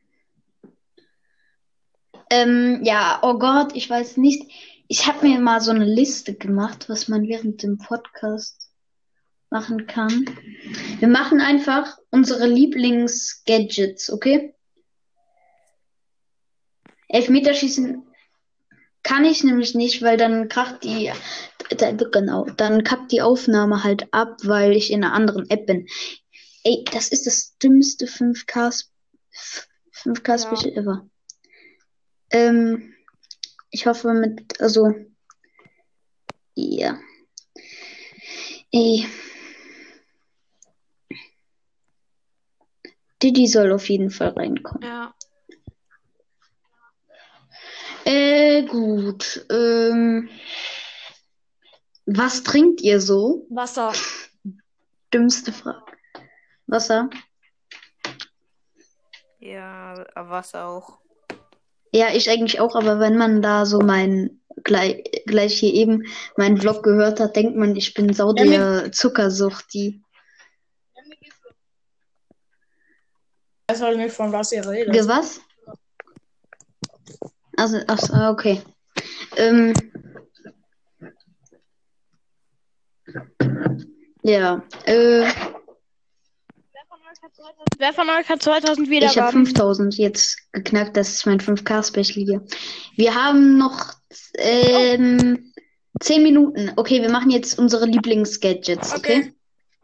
Ja, oh Gott, ich weiß nicht. Ich habe mir mal so eine Liste gemacht, was man während dem Podcast machen kann. Wir machen einfach unsere Lieblings-Gadgets, okay? Elfmeterschießen kann ich nämlich nicht, weil dann dann kackt die Aufnahme halt ab, weil ich in einer anderen App bin. Ey, das ist das dümmste 5K-Special ever. Ich hoffe ja. Ey. Diddy soll auf jeden Fall reinkommen.
Ja.
Gut. Was trinkt ihr so?
Wasser.
Dümmste Frage. Wasser?
Ja, was auch.
Ja, ich eigentlich auch, aber wenn man da so gleich hier eben meinen Vlog gehört hat, denkt man, ich bin der Zuckersuchti.
Ich weiß halt nicht, von was ihr redet.
Was? Also, okay. Ja,
Wer von euch hat 2000
ich habe
Wiedergaben?
5000 jetzt geknackt, das ist mein 5K-Special hier. Wir haben noch 10 Minuten. Okay, wir machen jetzt unsere Lieblings-Gadgets, okay?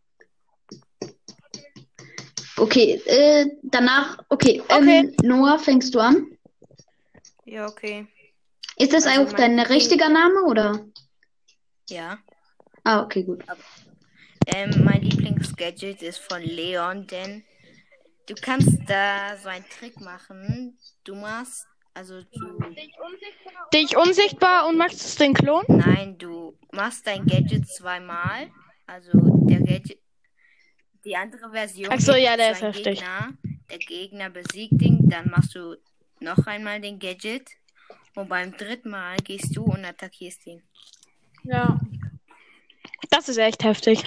Okay, danach, okay. Noah, fängst du an?
Ja, okay.
Ist das
Also
auch dein richtiger Name, oder?
Ja.
Ah, okay, gut.
Mein Lieblingsgadget ist von Leon, denn du kannst da so einen Trick machen.
Dich unsichtbar und machst es den Klon?
Nein, du machst dein Gadget zweimal. Also die andere Version.
Ach so, ja, der
zu
ist
einem
heftig.
Gegner. Der Gegner besiegt ihn, dann machst du noch einmal den Gadget. Und beim dritten Mal gehst du und attackierst ihn.
Ja. Das ist echt heftig.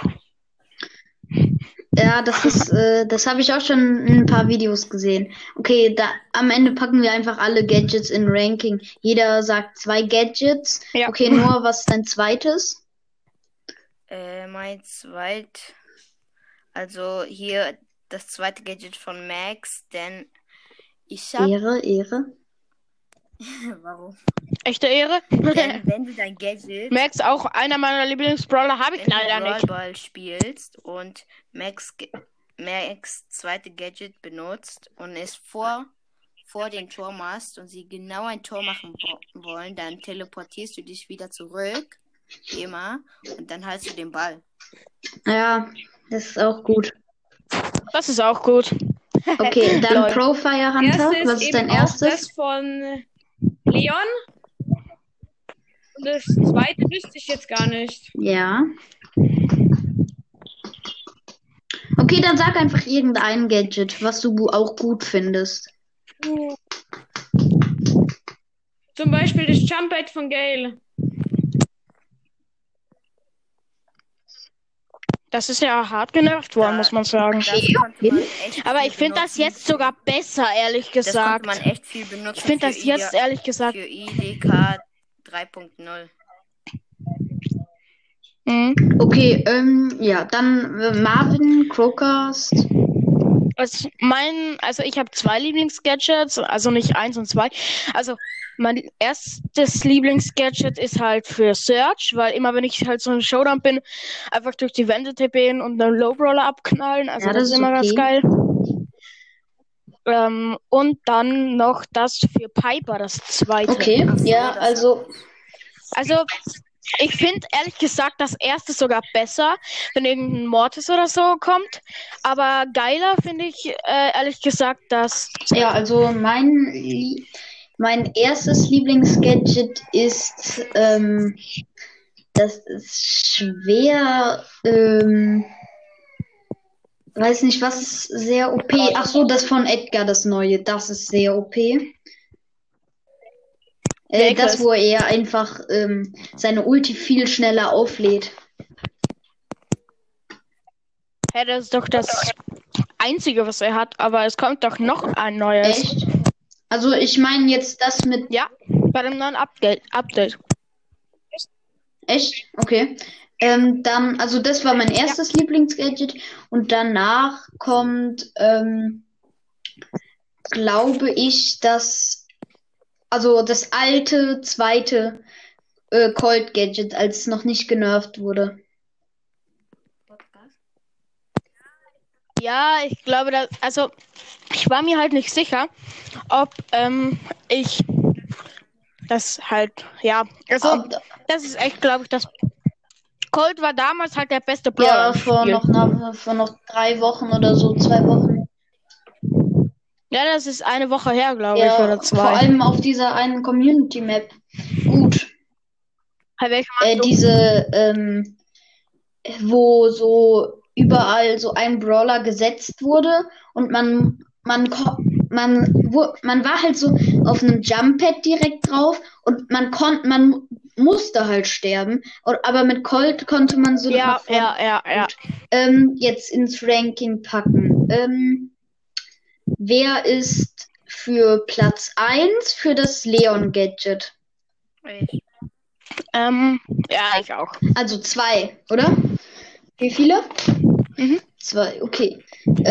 Ja, das habe ich auch schon in ein paar Videos gesehen. Okay, am Ende packen wir einfach alle Gadgets in Ranking. Jeder sagt 2 Gadgets.
Ja.
Okay, Noah, was ist dein zweites?
Also hier das zweite Gadget von Max, denn ich habe...
Ehre.
Warum?
Echte Ehre.
Denn wenn du dein Gadget...
Max, auch einer meiner Lieblingsbrawler, habe ich
wenn
leider
du
nicht.
Brawlball spielst und Max zweite Gadget benutzt und es vor dem Tor machst und sie genau ein Tor machen wollen, dann teleportierst du dich wieder zurück, immer, und dann hältst du den Ball.
Ja, das ist auch gut.
Das ist auch gut.
Okay, dann
Lol.
Profire Hunter. Was ist dein erstes?
Das von Leon. Und das zweite wüsste ich jetzt gar nicht.
Ja. Okay, dann sag einfach irgendein Gadget, was du auch gut findest.
Zum Beispiel das Jump-Pad von Gale.
Das ist ja hart genervt worden, muss man sagen.
Das konnte man echt
Aber
viel
ich finde das
benutzen.
jetzt sogar besser, ehrlich
Das
gesagt.
konnte man echt viel benutzen.
Ich finde
für
das jetzt, ehrlich gesagt,
für IDK 3.0.
Mhm.
Okay, ja, dann Marvin, Crowcast.
Also ich habe 2 Lieblingsgadgets, also nicht 1 und 2. Also mein erstes Lieblingsgadget ist halt für Search, weil immer wenn ich halt so ein Showdown bin, einfach durch die Wände tippen und einen Lowbrawler abknallen. Also
Ja,
das
das
ist
ist
immer ganz
okay.
geil. Und dann noch das für Piper, das zweite.
Okay,
Ach so,
ja,
das
also,
Also ich finde ehrlich gesagt das erste sogar besser, wenn irgendein Mortis oder so kommt. Aber geiler finde ich ehrlich gesagt das.
ja, also mein erstes Lieblingsgadget ist, das ist schwer, weiß nicht, was ist sehr OP. Ach so, das von Edgar, das neue, das ist sehr OP. Das,
Welches?
wo er einfach seine Ulti viel schneller auflädt.
Ja, das ist doch das Einzige, was er hat, aber es kommt doch noch ein neues.
Echt? Also ich meine jetzt das mit...
Ja, bei dem neuen Update.
Echt? Okay. Dann, also das war mein erstes Lieblingsgadget und danach kommt, glaube ich, also das alte zweite Colt Gadget, als es noch nicht genervt wurde.
Ja, ich glaube, also ich war mir halt nicht sicher, ob ich das halt, ja, also das ist echt, glaube ich, das Colt war damals halt der beste Brawler.
Ja, vor noch 3 Wochen oder so, 2 Wochen.
Ja, das ist eine Woche her, glaube ich,
Ja,
oder 2.
vor allem auf dieser einen Community Map. Gut.
Welche meinst du?
Diese, wo so überall so ein Brawler gesetzt wurde und man war halt so auf einem Jump-Pad direkt drauf und man musste halt sterben. Aber mit Colt konnte man so
Ja,
nach vorne
ja.
jetzt ins Ranking packen. Wer ist für Platz 1 für das Leon-Gadget?
Ich.
Ja, ich auch.
Also 2, oder? Wie viele?
Mhm.
2, okay.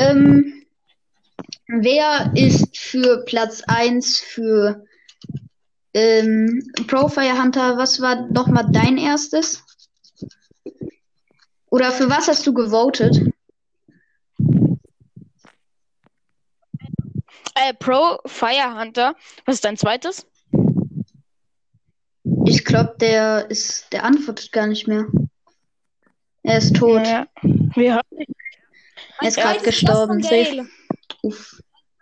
Wer ist für Platz 1 für Profire Hunter? Was war nochmal dein erstes? Oder für was hast du gewotet?
Pro Fire Hunter. Was ist dein zweites?
Ich glaube, der antwortet gar nicht mehr. Er ist tot.
Ja. Wir haben
Er ist gerade gestorben.
Gale.
Uff.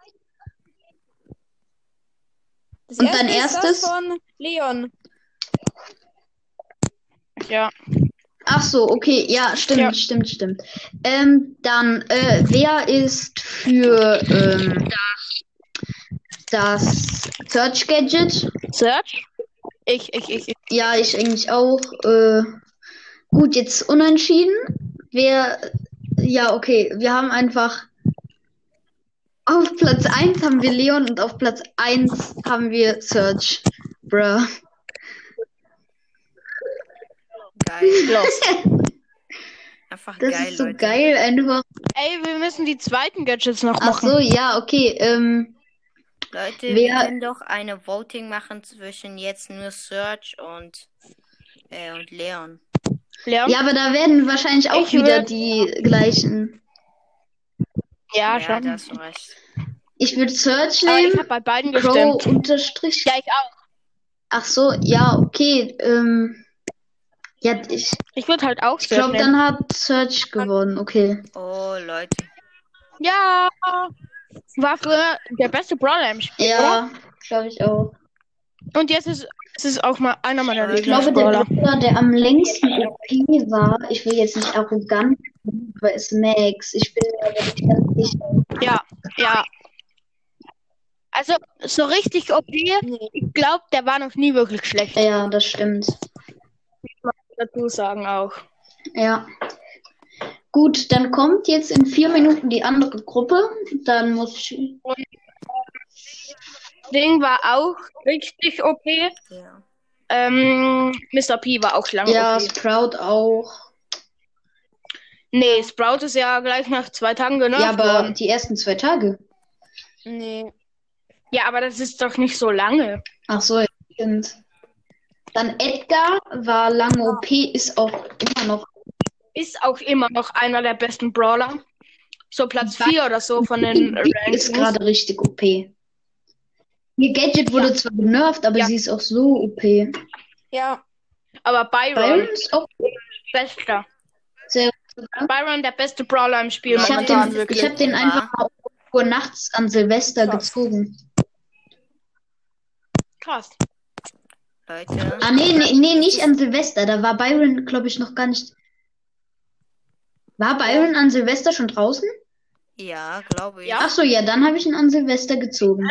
Das
Und
erste
dein
ist das
erstes?
von Leon.
ja.
Ach so, okay, ja, stimmt,
Ja.
stimmt. Dann, wer ist für das Search Gadget?
Search? Ich.
Ja, ich eigentlich auch. Gut, jetzt unentschieden. Ja, okay, wir haben einfach auf Platz 1 haben wir Leon und auf Platz 1 haben wir Search. Bruh.
Geil. Einfach
Das
geil,
ist so
Leute.
geil, einfach.
Ey, wir müssen die zweiten Gadgets noch
Ach
machen.
so, ja, okay.
Leute, wir
Wer-
können doch eine Voting machen zwischen jetzt nur Search und Leon.
Leon?
Ja, aber da werden wahrscheinlich auch
Ich
wieder
würd-
die gleichen.
Ja,
Ja,
schon.
da hast du recht.
Ich würde Search
Aber ich
nehmen.
habe bei beiden
Crow
gestimmt.
unterstrich.
Ja, ich auch.
Ach so, ja, okay. Ja, ich
Ich würde halt auch Search
glaube,
nehmen.
dann hat Search gewonnen. Okay.
Oh, Leute.
Ja. War früher der beste Brawler im Spiel, oder?
Ja, glaube ich auch.
Und jetzt ist es auch mal einer meiner
Ich glaube, der
Lieblingsbrawler.
Brawler, der am längsten OP war, ich will jetzt nicht arrogant, aber ist Max. Ich bin mir aber nicht ganz sicher.
Ja. Also, so richtig OP, ich glaube, der war noch nie wirklich schlecht.
Ja, das stimmt.
Dazu sagen auch.
Ja. Gut, dann kommt jetzt in 4 Minuten die andere Gruppe. Dann muss ich.
Ding war auch richtig OP.
Ja.
Mr. P war auch lange
Ja,
OP.
Sprout auch.
Nee, Sprout ist ja gleich nach 2 Tagen
Ja,
genervt
aber
worden.
die ersten 2 Tage.
Nee.
Ja, aber das ist doch nicht so lange.
Ach so, ja, stimmt. Dann Edgar war lange OP, ist auch immer noch.
Ist auch immer noch einer der besten Brawler. So Platz 4 oder so von den
Die ist
Rankings.
gerade richtig OP. Ihr Gadget wurde zwar genervt, aber
Ja.
sie ist auch so OP.
Ja.
Aber Byron,
Byron ist auch
bester.
sehr gut.
Byron, der beste Brawler im Spiel
Ich hab
momentan,
den-
wirklich.
Ich habe den einfach mal um Uhr nachts an Silvester gezogen.
Krass.
Leute.
Ah, nee, nicht an Silvester. Da war Byron, glaube ich, noch gar nicht. War Byron an Silvester schon draußen?
Ja, glaube ich.
Ja.
Ach so, ja, dann habe ich ihn an Silvester gezogen.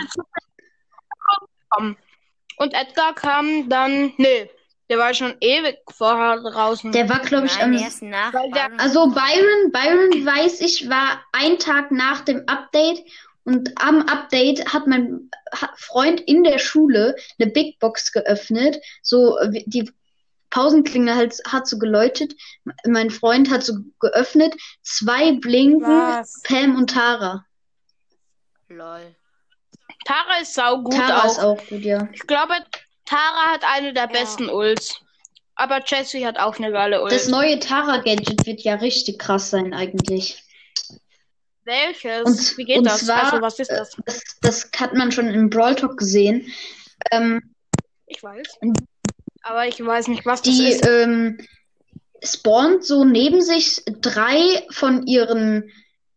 Und Edgar kam dann, nee, der war schon ewig vorher draußen.
Der war, glaube ich,
Nein,
am.
erst nach.
Weil der-
Byron
Also
gekommen.
Byron weiß ich, war ein Tag nach dem Update und am Update hat mein Freund in der Schule eine Big Box geöffnet. So, die Pausenklingel hat so geläutet. Mein Freund hat so geöffnet. 2 blinken,
Was?
Pam und Tara.
Lol.
Tara ist saugut
Tara
auch.
ist auch gut, ja.
Ich glaube, Tara hat eine der besten Ults. Aber Jessie hat auch eine geile Ult.
Das neue Tara-Gadget wird ja richtig krass sein eigentlich.
Welches?
Und-
Wie geht
und
das?
zwar,
Also, was ist das?
Das hat man schon im Brawl Talk gesehen.
Ich weiß. Aber ich weiß nicht, was das
Die
ist.
spawnt so neben sich 3 von ihren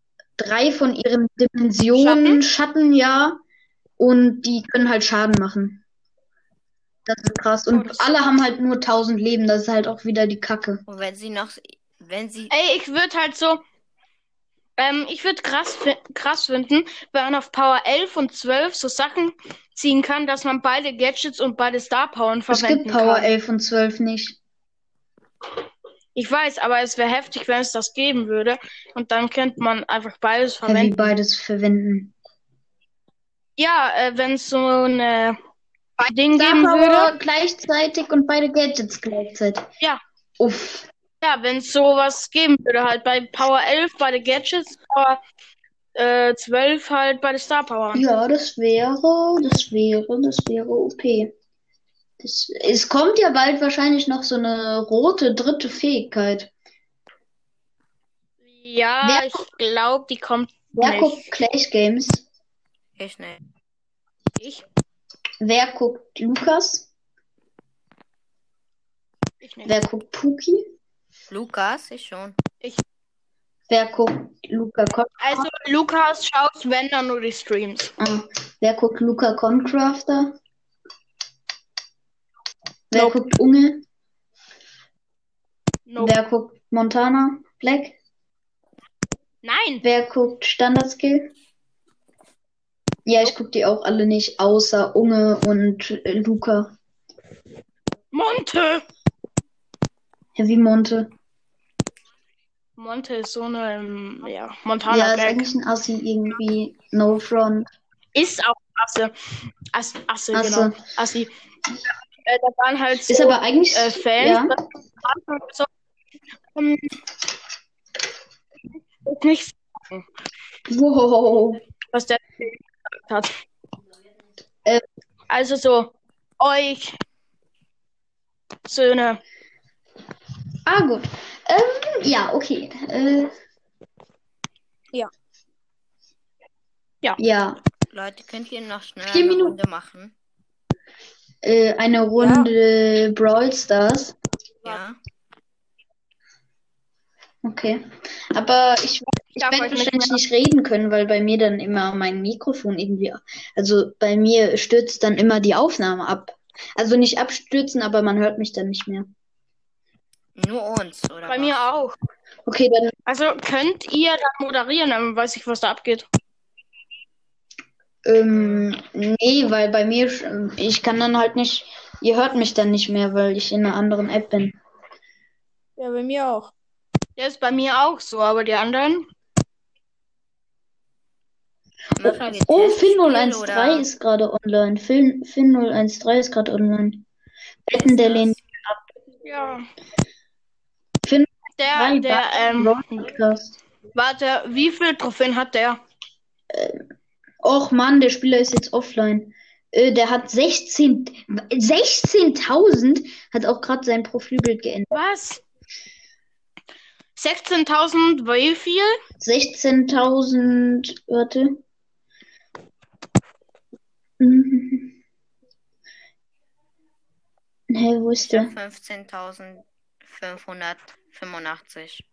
Dimensionen, Schatten, ja. Und die können halt Schaden machen. Das ist krass. Und
das-
alle haben halt nur 1000 Leben. Das ist halt auch wieder die Kacke.
Und wenn sie
Ey, ich würde halt so. Ich würde krass finden, wenn man auf Power 11 und 12 so Sachen ziehen kann, dass man beide Gadgets und beide Star Powern
Es
verwenden
gibt Power
kann.
11 und 12 nicht.
Ich weiß, aber es wäre heftig, wenn es das geben würde. Und dann könnte man einfach beides
Wie
verwenden.
beides verwenden.
Ja, wenn es so eine Ding
Star
geben
Power
würde.
gleichzeitig und beide Gadgets gleichzeitig.
Ja.
Uff.
Ja, wenn es sowas geben würde, halt bei Power 11 beide Gadgets, Power 12 halt beide Star Power.
Ja, das wäre OP. Es kommt ja bald wahrscheinlich noch so eine rote dritte Fähigkeit.
Ja,
Wer-
ich glaube, die kommt
Wer
nicht.
guckt Clash Games?
ich nicht.
Ich?
Wer guckt Lukas?
Ich nicht.
Wer guckt Puki?
Lukas, ich schon.
Wer guckt Luca Con
Also, Lukas schaut, wenn dann nur die Streams.
Wer guckt Luca Concrafter? Wer
Nope.
guckt Unge?
Nope.
Wer guckt Montana Black?
Nein!
Wer guckt Standard-Skill? Ja, ich guck die auch alle nicht, außer Unge und Luca.
Monte!
Heavy Monte.
Monte ist so eine,
Ja,
Montana
ist
Black.
eigentlich ein Assi irgendwie. No front.
Ist auch Asse. Asse,
Asse.
genau. Assi. Da waren halt so
Ist aber eigentlich.
Fans.
Ja.
So, nicht sagen,
Wow.
was der gesagt hat.
Äh.
Also so, euch Söhne.
Ah, gut. Ja, okay.
Ja.
Ja.
Ja.
Leute, könnt ihr noch schnell
4
eine
Minuten.
Runde machen?
Eine Runde Brawl Stars.
Ja.
Okay. Aber ich
darf
werde
euch nicht
wahrscheinlich nicht reden können, weil bei mir dann immer mein Mikrofon irgendwie. Also bei mir stürzt dann immer die Aufnahme ab. Also nicht abstürzen, aber man hört mich dann nicht mehr.
Nur uns, oder
Bei
was?
mir auch.
Okay, dann
Also könnt ihr dann moderieren, dann weiß ich, was da abgeht.
nee, weil bei mir, ich kann dann halt nicht, ihr hört mich dann nicht mehr, weil ich in einer anderen App bin.
Ja, bei mir auch.
Der ist bei mir auch so, aber die anderen?
Machen wir
Oh,
Testspiel
Finn013
oder-
ist gerade online. Finn013 ist gerade online. Wetten, der lehnt
Ja.
Finn
Der,
Podcast.
warte, wie viele Trophäen hat der?
Och Mann, der Spieler ist jetzt offline. Der hat 16.000, hat auch gerade sein Profilbild geändert.
Was? 16.000, wie viel?
16.000, warte. Mhm. Hä, wo ist
Ich habe
der?
15.585.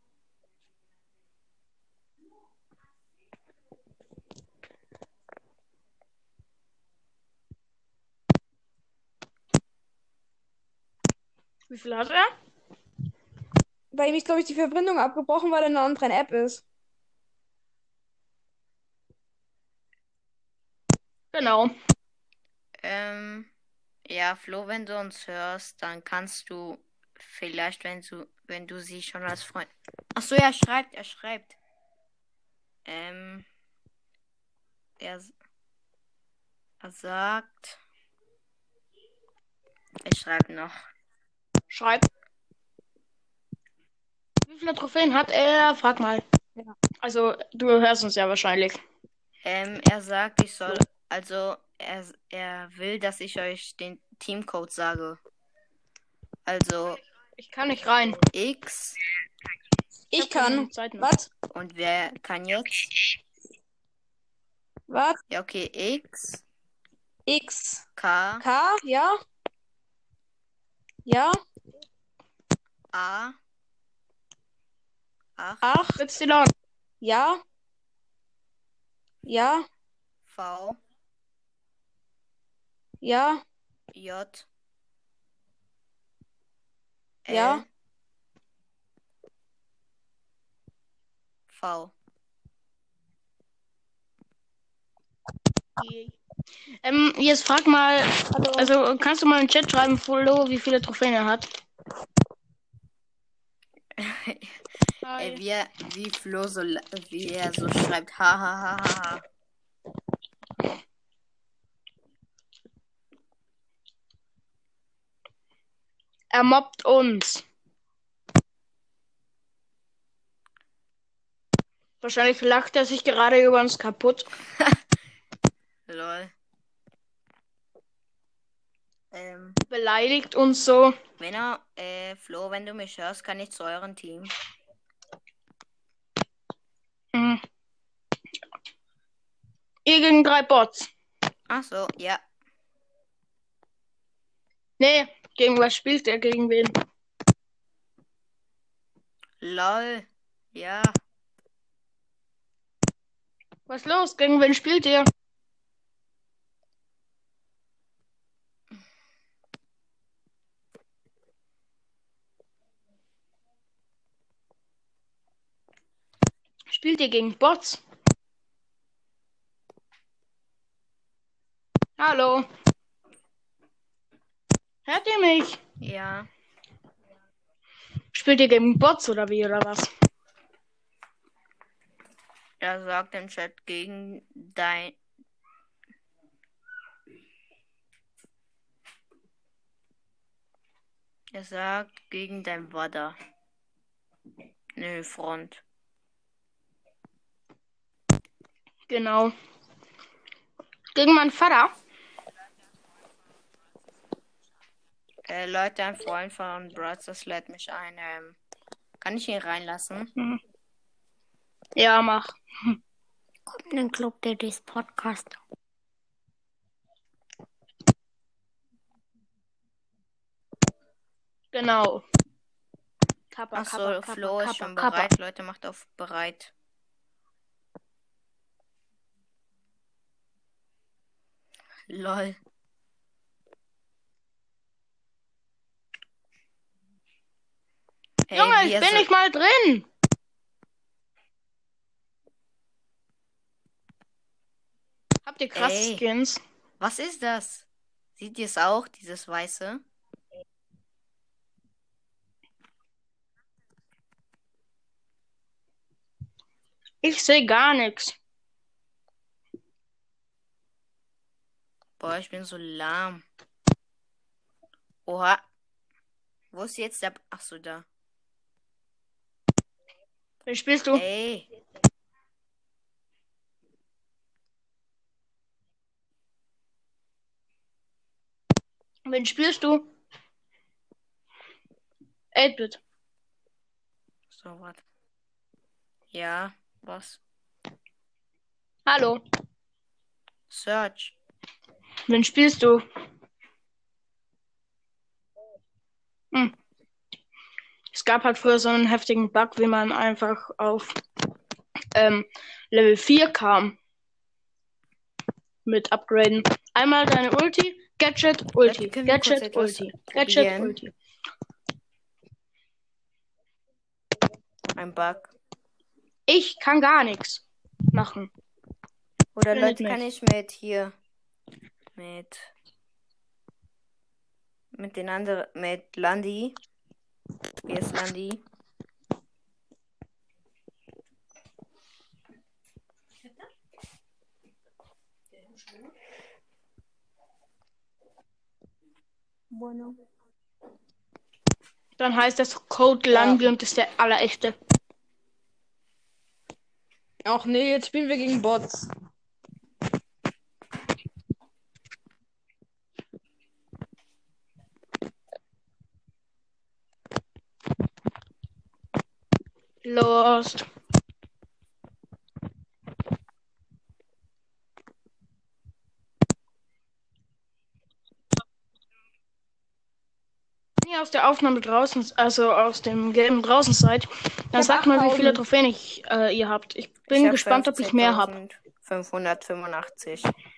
Wie viel hat er?
Bei ihm ist, glaube ich, die Verbindung abgebrochen, weil er in einer anderen App ist.
Genau.
Ja, Flo, wenn du uns hörst, dann kannst du vielleicht, wenn du sie schon als Freund. Ach so, er schreibt. Er sagt. Ich schreibe noch.
Schreib. Wie viele Trophäen hat er? Frag mal.
Ja.
Also, du hörst uns ja wahrscheinlich.
Er sagt, ich soll. Also, er will, dass ich euch den Teamcode sage. Also,
Ich kann nicht rein.
X.
Ich kann.
Zeit noch.
Was?
Und wer kann jetzt?
Was?
Ja, okay. X.
X.
K.
K, ja. Ja.
A. 8.
8.
Y.
Ja. Ja.
V.
Ja.
J.
Ja.
L. V.
Jetzt frag mal, also kannst du mal im Chat schreiben, Flo, wie viele Trophäen er hat?
Wie Flo wie er so schreibt. Ha, ha, ha, ha, ha.
Er mobbt uns. Wahrscheinlich lacht er sich gerade über uns kaputt.
Lol.
Beleidigt uns so.
Wenn er, Flo, wenn du mich hörst, kann ich zu eurem Team.
Mhm. Ihr gegen 3 Bots.
Ach so, ja.
Nee, gegen was spielt er? Gegen wen?
Lol. Ja.
Was los? Gegen wen spielt ihr? Spielt ihr gegen Bots? Hallo? Hört ihr mich?
Ja.
Spielt ihr gegen Bots oder wie oder was?
Er sagt im Chat gegen dein. Er sagt gegen dein Vater. Nö, Front.
Genau. Gegen meinen Vater?
Leute, ein Freund von Brothers lädt mich ein. Kann ich ihn reinlassen?
Mhm. Ja, mach.
Kommt in den Club Daddy's Podcast.
Genau. Kappa,
Achso, Flo ist schon bereit. Leute, macht auf bereit. Lol. Hey,
Junge, ich bin nicht mal drin. Habt ihr krasse Skins?
Was ist das? Seht ihr es auch, dieses Weiße?
Ich sehe gar nichts.
Boah, ich bin so lahm. Oha. Wo ist jetzt der... Achso, da.
Wen spielst du?
Ey.
Wen spielst du? 8-Bit.
So, was? Ja, was?
Hallo.
Search.
Wen spielst du? Es gab halt früher so einen heftigen Bug, wie man einfach auf Level 4 kam. Mit Upgraden. Einmal deine Ulti, Gadget, Ulti,
Können wir kurz
Gadget,
etwas
Ulti, Gadget,
probieren?
Ulti.
Ein Bug.
Ich kann gar nichts machen.
Oder
Findet
Leute, kann
mich.
ich mit hier... Mit den anderen... Mit Landi. Wie ist Landi?
Dann heißt das Code Landi und ist der allerechte.
Ach nee, jetzt spielen wir gegen Bots.
Lost. Wenn ihr aus der Aufnahme draußen, also aus dem Game draußen seid, dann sagt mal, wie viele Trophäen ihr habt. Ich bin gespannt, ob ich mehr habe.
585.